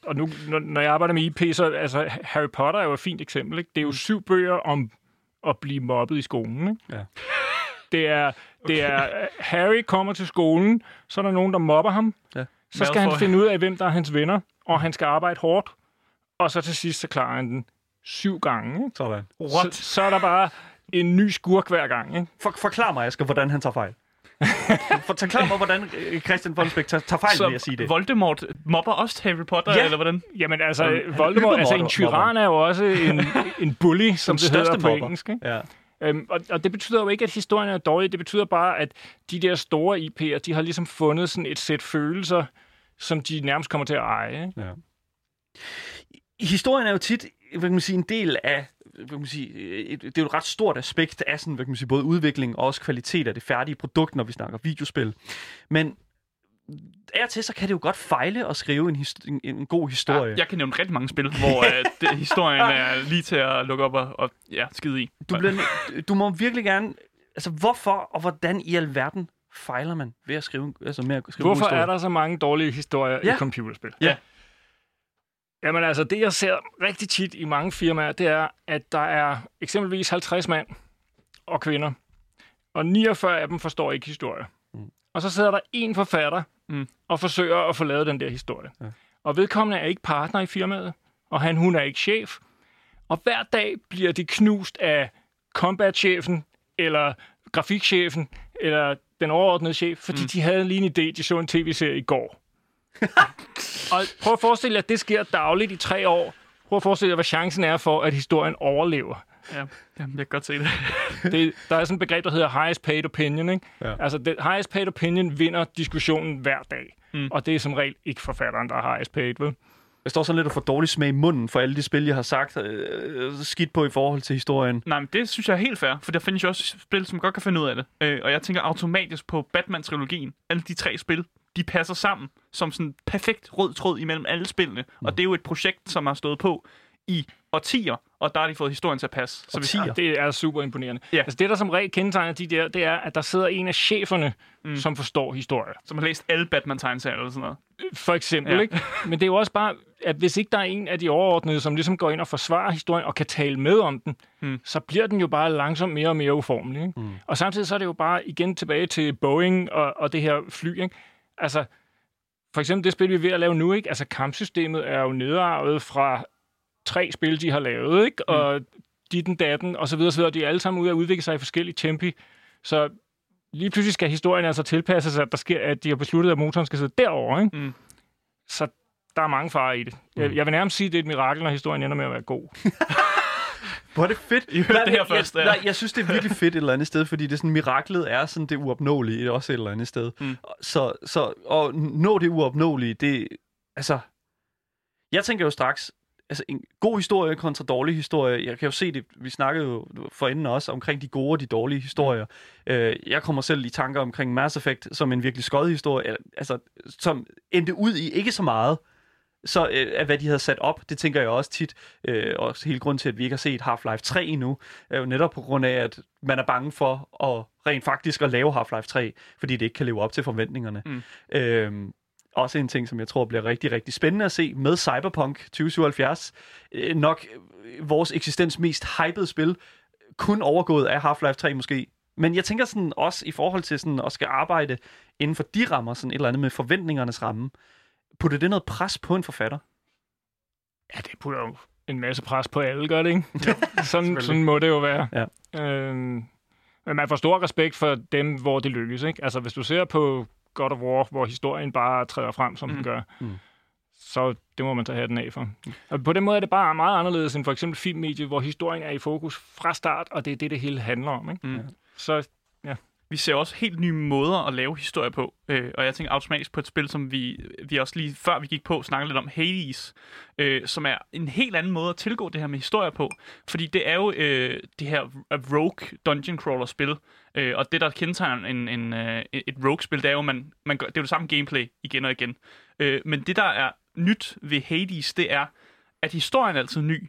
og nu, når, når jeg arbejder med I P, så altså, Harry Potter er jo et fint eksempel. Ikke? Det er jo syv bøger om at blive mobbet i skolen. Ikke? Ja. Det er, det er Harry kommer til skolen, så er der nogen, der mobber ham. Ja. Så skal han finde ud af, hvem der er hans venner, og han skal arbejde hårdt. Og så til sidst, så klarer han den syv gange. Ikke? Sådan. Så, så er der bare en ny skurk hver gang. Ikke? For, forklar mig, Asger, hvordan han tager fejl. Forklar mig, hvordan Christian von Spæk tager, tager fejl, så vil jeg sige det. Voldemort mobber også Harry Potter, Ja. eller hvordan? Jamen altså, Um, Voldemort, altså en hypermobber. tyran er jo også en, en bully, som det hedder på mobber. engelsk. Ikke? Ja. Øhm, og, og det betyder jo ikke, at historien er dårlig. Det betyder bare, at de der store I P'er, de har ligesom fundet sådan et sæt følelser, som de nærmest kommer til at eje. Ikke? Ja. Historien er jo tit, hvad kan man sige, en del af, hvad kan man sige, et, det er jo et ret stort aspekt af sådan, hvad kan man sige, både udvikling og også kvalitet af det færdige produkt, når vi snakker videospil. Men af og til, så kan det jo godt fejle at skrive en, his- en, en god historie. Ja, jeg kan nævne rigtig mange spil, hvor uh, det, historien er lige til at lukke op og, og ja, skide i. Du, bliver, du må virkelig gerne, altså hvorfor og hvordan i alverden fejler man ved at skrive, altså med at skrive Hvorfor en historie? er der så mange dårlige historier Ja. i computerspil? Ja. Jamen altså, det jeg ser rigtig tit i mange firmaer, det er, at der er eksempelvis halvtreds mand og kvinder, og niogfyrre af dem forstår ikke historie. Mm. Og så sidder der en forfatter mm. og forsøger at få lavet den der historie. Ja. Og vedkommende er ikke partner i firmaet, og han, hun er ikke chef. Og hver dag bliver de knust af combat-chefen, eller grafikchefen, eller den overordnede chef, fordi mm. de havde lige en idé, de så en tv-serie i går. Og prøv at forestille jer, at det sker dagligt i tre år. Prøv at forestille jer, hvad chancen er for, at historien overlever. Ja, jeg kan godt se det. det. Der er sådan et begreb, der hedder highest paid opinion. Ikke? Ja. Altså, det, highest paid opinion vinder diskussionen hver dag. Mm. Og det er som regel ikke forfatteren, der er highest paid, vel? Jeg står sådan lidt og får dårlig smag i munden for alle de spil, jeg har sagt øh, skidt på i forhold til historien. Nej, men det synes jeg er helt fair, for der findes jo også spil, som godt kan finde ud af det. Øh, og jeg tænker automatisk på Batman-trilogien. Alle de tre spil, de passer sammen som sådan en perfekt rød tråd imellem alle spillene. Mm. Og det er jo et projekt, som har stået på i årtier, og der har de fået historien til at passe. Så årtier? Hvis, det er super imponerende. Ja. Altså det, der som regel kendetegner de der, det er, at der sidder en af cheferne, mm. som forstår historie. Som har læst alle Batman-tegneserier eller sådan noget. For eksempel, ja. Ikke? Men det er jo også bare, at hvis ikke der er en af de overordnede, som ligesom går ind og forsvarer historien og kan tale med om den, mm. så bliver den jo bare langsomt mere og mere uformelig. Ikke? Mm. Og samtidig så er det jo bare igen tilbage til Boeing og, og det her fly. Ikke? Altså, for eksempel det spil, vi er ved at lave nu, ikke? Altså kampsystemet er jo nedarvet fra tre spil, de har lavet, ikke? Mm. Og ditten, datten, og så videre, så videre. De er alle sammen ude at udvikle sig i forskellige tempi. Så lige pludselig skal historien altså tilpasse sig, at, der sker, at de har besluttet, at motoren skal sidde derovre, ikke? Mm. Så der er mange farer i det. Mm. Jeg, jeg vil nærmest sige, at det er et mirakel, når historien ender med at være god. Hvor er det fedt. I hørte det her jeg, først. Jeg, Ja. nej, jeg synes, det er virkelig fedt et eller andet sted, fordi det er sådan, miraklet er sådan det uopnåelige også et eller andet sted. Mm. Så, så at nå det uopnåelige, det altså... Jeg tænker jo straks, altså en god historie kontra dårlig historie. Jeg kan jo se det, vi snakkede jo forinden også omkring de gode og de dårlige historier. Mm. Jeg kommer selv i tanker omkring Mass Effect som en virkelig skød historie, altså som endte ud i ikke så meget, så øh, af hvad de havde sat op. Det tænker jeg også tit. Øh, også hele grund til, at vi ikke har set Half-Life tre endnu, er jo netop på grund af, at man er bange for at rent faktisk at lave Half-Life tre, fordi det ikke kan leve op til forventningerne. Mm. Øh, også en ting, som jeg tror bliver rigtig, rigtig spændende at se med Cyberpunk tyve syvoghalvfjerds. Øh, nok vores eksistens mest hypede spil, kun overgået af Half-Life tre måske. Men jeg tænker sådan også i forhold til sådan at skal arbejde inden for de rammer, sådan et eller andet med forventningernes ramme. Putter det noget pres på en forfatter? Ja, det putter jo en masse pres på alle, gør det ikke? Ja, sådan, sådan må det jo være. Ja. Øhm, men man får stor respekt for dem, hvor det lykkes, ikke? Altså, hvis du ser på God of War, hvor historien bare træder frem, som mm. den gør, mm. så det må man tage hatten af for. Og på den måde er det bare meget anderledes end for eksempel filmmediet, hvor historien er i fokus fra start, og det er det, det hele handler om, ikke? Mm. Så, ja. Vi ser også helt nye måder at lave historie på, øh, og jeg tænker automatisk på et spil, som vi, vi også lige før vi gik på, snakkede lidt om, Hades, øh, som er en helt anden måde at tilgå det her med historie på, fordi det er jo øh, det her rogue dungeon crawler spil, øh, og det der kendetegner en, en, øh, et rogue-spil, det er jo, man, man gør, det er jo det samme gameplay igen og igen, øh, men det der er nyt ved Hades, det er, at historien er altid ny,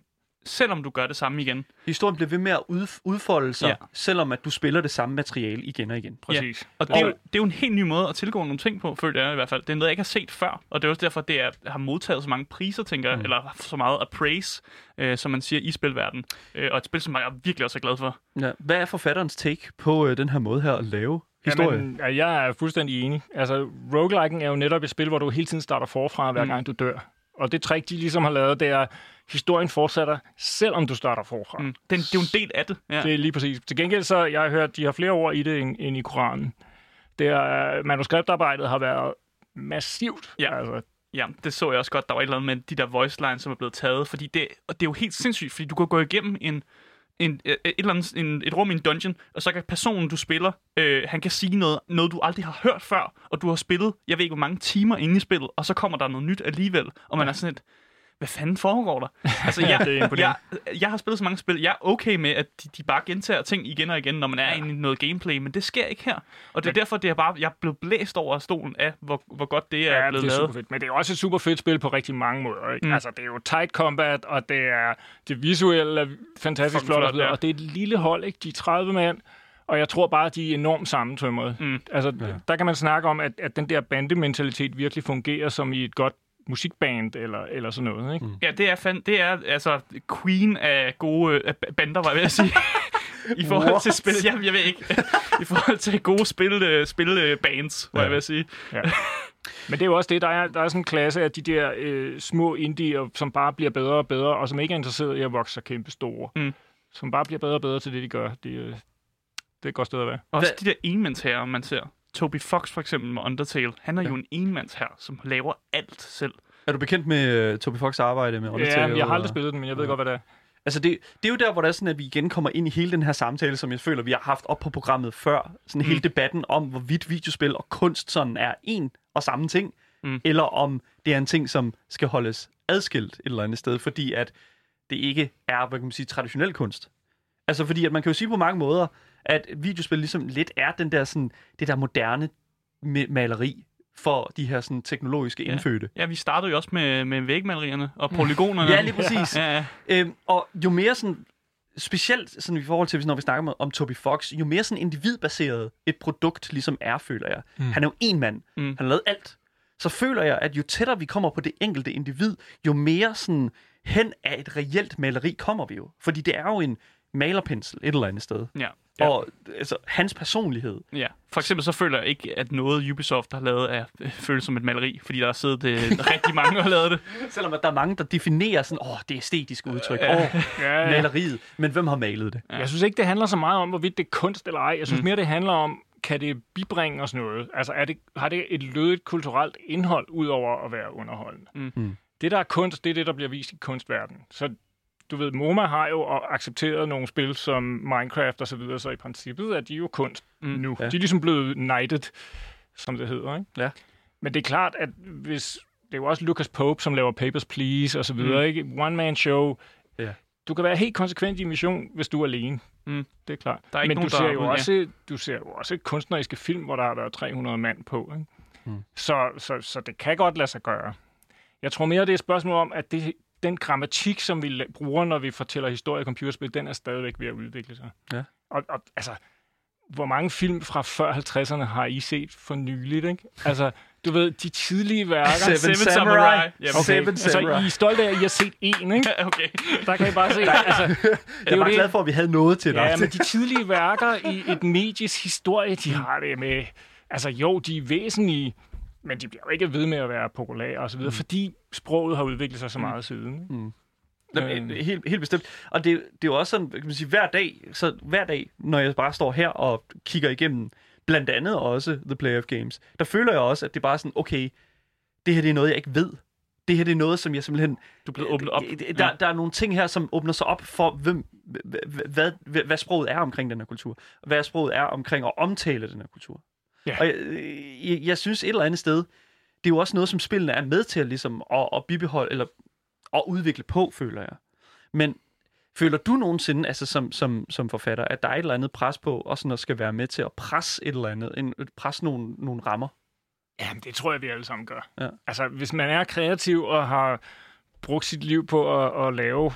selvom du gør det samme igen. Historien bliver ved med at ud, udfolde sig, Ja. selvom at du spiller det samme materiale igen og igen. Præcis. Ja. Og det er, jo, det er jo en helt ny måde at tilgå nogle ting på, føler jeg i hvert fald. Det er noget, jeg ikke har set før, og det er også derfor, det er, har modtaget så mange priser, tænker jeg, mm. eller så meget appraise, øh, som man siger, i spilverdenen. Øh, og et spil, som jeg virkelig også er glad for. Ja. Hvad er forfatterens take på øh, den her måde her at lave historie? Jamen, ja, jeg er fuldstændig enig. Altså, rogueliken er jo netop et spil, hvor du hele tiden starter forfra, hver Mm. gang du dør. Og det trick, de ligesom har lavet, det er, historien fortsætter, selvom du starter forfra. Mm. Det, er, det er jo en del af det. Ja. Det er lige præcis. Til gengæld så, jeg har hørt, de har flere ord i det end, end i Koranen. Det er, manuskriptarbejdet har været massivt. Ja. Altså, Ja, det så jeg også godt. Der var et eller andet med de der voice lines, som er blevet taget. Fordi det, og det er jo helt sindssygt, fordi du kan gå igennem en, en, et, eller andet, en, et rum i en dungeon, og så kan personen, du spiller, øh, han kan sige noget, noget, du aldrig har hørt før, og du har spillet, jeg ved ikke, hvor mange timer inde i spillet, og så kommer der noget nyt alligevel, og man er sådan et, hvad fanden foregår der? Altså, jeg, det er imponerende. jeg, jeg har spillet så mange spil, jeg er okay med, at de, de bare gentager ting igen og igen, når man er inde i noget gameplay, men det sker ikke her. Og det er derfor, det er bare, jeg er blevet blæst over stolen af, hvor, hvor godt det er ja, blevet det er lavet. super fedt. Men det er jo også et super fedt spil på rigtig mange måder. Ikke? Mm. Altså, det er jo tight combat, og det er det visuelle er fantastisk Fucking flot, flot, og, så videre, ja. og det er et lille hold, ikke? De er tredive mand, og jeg tror bare, de er enormt sammentømrede. Mm. Altså, Ja. der kan man snakke om, at, at den der bandementalitet virkelig fungerer som i et godt musikband eller, eller sådan noget, ikke? Mm. Ja, det er, fan, det er altså queen af gode øh, bander, var jeg ved at sige. I forhold What? til spil, jamen jeg ved ikke. I forhold til gode spil, øh, spil øh, bands, var Ja. jeg ved at sige. Ja. Men det er jo også det, der er, der er sådan en klasse af de der øh, små indier, som bare bliver bedre og bedre, og som ikke er interesseret i at vokse sig kæmpe store. Mm. Som bare bliver bedre og bedre til det, de gør. Det, øh, det er et godt sted at være. Også Hvad- de der enmandsherrer, man ser. Toby Fox for eksempel med Undertale. Han er Ja. jo en enmandsherre, som laver alt selv. Er du bekendt med uh, Toby Fox' arbejde med Undertale? Ja, jeg har aldrig og- spillet den, men jeg ved Ja. godt, hvad det er. Altså, det, det er jo der, hvor det er sådan, at vi igen kommer ind i hele den her samtale, som jeg føler, vi har haft op på programmet før. Sådan Mm. hele debatten om, hvorvidt videospil og kunst sådan er en og samme ting, Mm. eller om det er en ting, som skal holdes adskilt et eller andet sted, fordi at det ikke er, hvad kan man sige, traditionel kunst. Altså, fordi at man kan jo sige på mange måder, at videospil ligesom lidt er den der sådan, det der moderne ma- maleri for de her sådan teknologiske Ja. indfødte. Ja, vi startede jo også med, med vægmalerierne og polygonerne. Ja, lige præcis. Ja, ja. Øhm, og jo mere sådan, specielt sådan i forhold til, når vi snakker om, om Toby Fox, jo mere sådan individbaseret et produkt ligesom er, føler jeg. Mm. Han er jo en mand. Mm. Han har lavet alt. Så føler jeg, at jo tættere vi kommer på det enkelte individ, jo mere sådan hen af et reelt maleri kommer vi jo. Fordi det er jo en malerpensel et eller andet sted. Ja. Ja. Og altså, hans personlighed. Ja, for eksempel så føler jeg ikke, at noget Ubisoft har lavet er, øh, føles som et maleri, fordi der har siddet øh, rigtig mange og har lavet det. Selvom at der er mange, der definerer sådan, åh, det er æstetisk udtryk, åh, Ja. oh, Ja, ja. maleriet. Men hvem har malet det? Ja. Jeg synes ikke, det handler så meget om, hvorvidt det er kunst eller ej. Jeg synes Mm. mere, det handler om, kan det bibringe os noget? Altså, er det, har det et lødigt kulturelt indhold, ud over at være underholdende? Mm. Mm. Det, der er kunst, det er det, der bliver vist i kunstverdenen. Så du ved, MoMA har jo accepteret nogle spil som Minecraft og så videre, så i princippet er de jo kunst Mm. mm. nu. Ja. Ja. De er ligesom blevet knighted, som det hedder, ikke? Ja. Men det er klart, at hvis... Det er jo også Lucas Pope, som laver Papers, Please og så videre, Mm. ikke? One-man-show. Ja. Du kan være helt konsekvent i en mission, hvis du er alene. Mm. Det er klart. Der er ikke Men nogen, du ser, der- jo ja. også, du ser jo også kunstneriske film, hvor der har været tre hundrede mand på. Ikke? Mm. Så, så, så det kan godt lade sig gøre. Jeg tror mere, det er et spørgsmål om, at det, den grammatik, som vi la- bruger, når vi fortæller historie i computerspil, den er stadigvæk ved at udvikle sig. Ja. Og, og altså, hvor mange film fra før halvtredserne har I set for nyligt, ikke? Altså, du ved, de tidlige værker... Seven, Seven Samurai. Samurai. Jamen, Okay. Seven Altså, Samurai. I er stolte af, at I har set én, ikke? Okay. Der kan I bare se... Altså, det Jeg er bare glad for, at vi havde noget til dig. Ja, men de tidlige værker i et medies historie, de har det med... Altså jo, de er væsentlige, men de bliver jo ikke ved med at være populære og så videre, mm. fordi sproget har udviklet sig så meget mm. siden. Ikke? Mm. Jamen, helt, helt bestemt. Og det, det er jo også sådan, kan man sige, hver dag, så hver dag, når jeg bare står her og kigger igennem, blandt andet også The Play of Games, der føler jeg også, at det er bare sådan, okay, det her det er noget, jeg ikke ved. Det her det er noget, som jeg simpelthen... Du er blevet åbnet op. Der, der er nogle ting her, som åbner sig op for, hvem, hvad, hvad, hvad sproget er omkring den her kultur. Hvad sproget er omkring at omtale den her kultur. Ja. Og jeg, jeg, jeg synes et eller andet sted, det er jo også noget, som spillene er med til at, ligesom, at, at bibeholde, eller at udvikle på, føler jeg. Men føler du nogensinde, altså som, som, som forfatter, at der er et eller andet pres på, også når skal være med til at presse et eller andet, en, presse nogle, nogle rammer? Jamen, det tror jeg, vi alle sammen gør. Ja. Altså, hvis man er kreativ og har brugt sit liv på at, at lave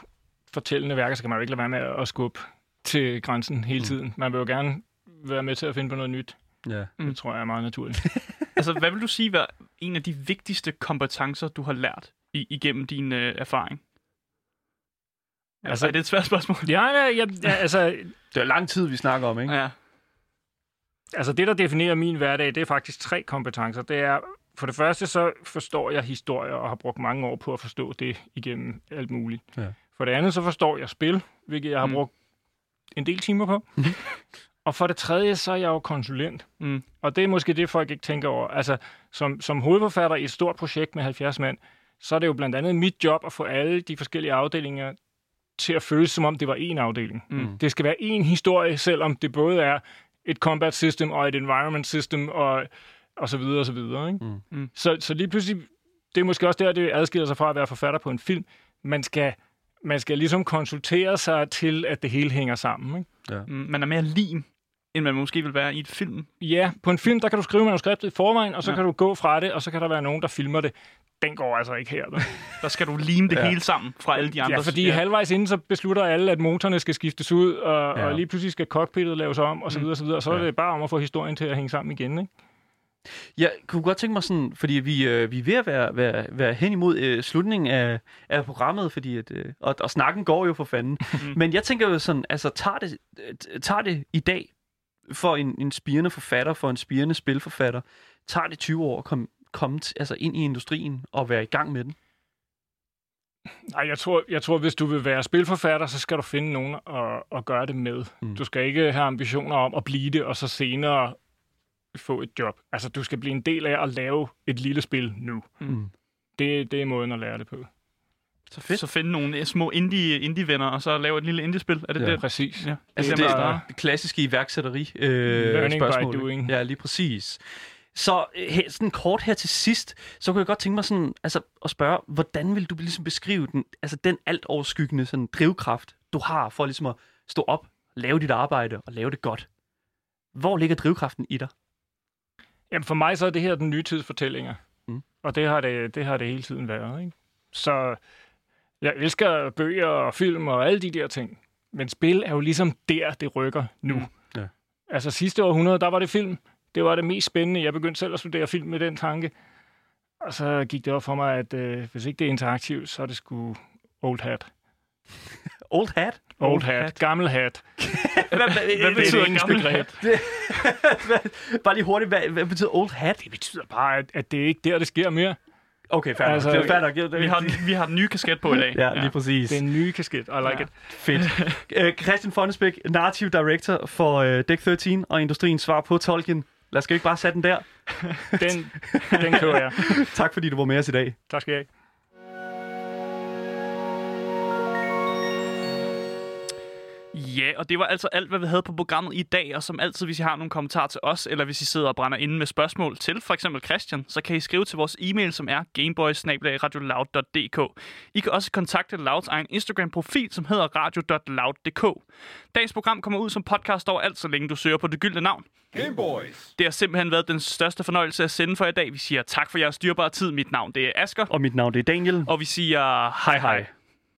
fortællende værker, så kan man jo ikke lade være med at skubbe til grænsen hele tiden. Mm. Man vil jo gerne være med til at finde på noget nyt. Ja. Mm. Det tror jeg er meget naturligt. Altså, hvad vil du sige var en af de vigtigste kompetencer, du har lært i, igennem din øh, erfaring? Altså, altså, er det et svært spørgsmål? Ja, ja, ja, ja altså... Det er lang tid, vi snakker om, ikke? Ja. Altså, det, der definerer min hverdag, det er faktisk tre kompetencer. Det er, for det første, så forstår jeg historier og har brugt mange år på at forstå det igennem alt muligt. Ja. For det andet, så forstår jeg spil, hvilket jeg har mm. brugt en del timer på. Mm. Og for det tredje, så er jeg jo konsulent. Mm. Og det er måske det, folk ikke tænker over. Altså, som, som hovedforfatter i et stort projekt med halvfjerds mand, så er det jo blandt andet mit job at få alle de forskellige afdelinger til at føles, som om det var én afdeling. Mm. Det skal være én historie, selvom det både er et combat system og et environment system og, og så videre og så videre. Ikke? Mm. Mm. Så, så lige pludselig, det er måske også der, det adskiller sig fra at være forfatter på en film. Man skal, man skal ligesom konsultere sig til, at det hele hænger sammen. Ikke? Ja. Mm, man er mere lim, end man måske vil være i et film. Ja, på en film, der kan du skrive manuskriptet i forvejen, og så ja. kan du gå fra det, og så kan der være nogen, der filmer det. Den går altså ikke her. Der skal du lime det ja. hele sammen fra alle de andre. Ja, fordi ja. halvvejs inden, så beslutter alle, at motorerne skal skiftes ud, og, ja. og lige pludselig skal cockpittet laves om, og så videre, og så videre. Og så er det bare om at få historien til at hænge sammen igen, ikke? Jeg kunne godt tænke mig sådan, fordi vi, øh, vi er ved at være, være, være hen imod øh, slutningen af, af programmet, fordi at, øh, og, og snakken går jo for fanden. Mm. Men jeg tænker jo sådan, altså tager det, tager det i dag for en, en spirende forfatter, for en spirende spilforfatter, tager det tyve år at komme komme t- altså ind i industrien og være i gang med den? Nej, jeg tror, jeg tror, hvis du vil være spilforfatter, så skal du finde nogen at, at gøre det med. Mm. Du skal ikke have ambitioner om at blive det, og så senere få et job. Altså, du skal blive en del af at lave et lille spil nu. Mm. Det, det er måden at lære det på. Så, fedt. Så finde nogle små indie, indie-venner, og så lave et lille indie-spil. Er det ja, det? Præcis. Ja. Altså, det, det er det klassiske iværksætteri øh, Learning spørgsmål. by doing. Ja, lige præcis. Så her, sådan kort her til sidst, så kunne jeg godt tænke mig sådan, altså, at spørge, hvordan vil du ligesom beskrive den, altså den alt overskyggende sådan, drivkraft, du har for ligesom at stå op, lave dit arbejde og lave det godt? Hvor ligger drivkraften i dig? Jamen for mig så er det her den nye tids fortællinger. Mm. Og det har det, det har det hele tiden været. Ikke? Så jeg elsker bøger og film og alle de der ting. Men spil er jo ligesom der, det rykker nu. Mm. Ja. Altså sidste århundrede, der var det film. Det var det mest spændende. Jeg begyndte selv at studere film med den tanke. Og så gik det op for mig, at øh, hvis ikke det er interaktivt, så er det sgu old hat. Old hat? Old, old hat. hat. Gammel hat. hvad, hvad, hvad betyder det gammel hat? Bare lige hurtigt, hvad, hvad betyder old hat? Det betyder bare, at, at det er ikke der, det sker mere. Okay, fair altså, nok. Fair nok. Vi har, vi har den nye kasket på i dag. Ja, lige ja. præcis. Det er en ny kasket. I like ja. it. Fedt. uh, Christian Fonnesbæk, Narrative Director for uh, Deck tretten og Industriens svar på Tolkien. Lad os ikke bare sætte den der. Den, den kører jeg. Tak fordi du var med os i dag. Tak skal jeg have. Ja, og det var altså alt, hvad vi havde på programmet i dag. Og som altid, hvis I har nogle kommentarer til os, eller hvis I sidder og brænder inde med spørgsmål til for eksempel Christian, så kan I skrive til vores e-mail, som er gameboys bindestreg radioloud punktum d k. I kan også kontakte Louds egen Instagram-profil, som hedder radio punktum loud punktum d k. Dagens program kommer ud som podcast overalt, så længe du søger på det gyldne navn. Gameboys. Det har simpelthen været den største fornøjelse at sende for i dag. Vi siger tak for jeres dyrbare tid. Mit navn det er Asger. Og mit navn det er Daniel. Og vi siger hej hej.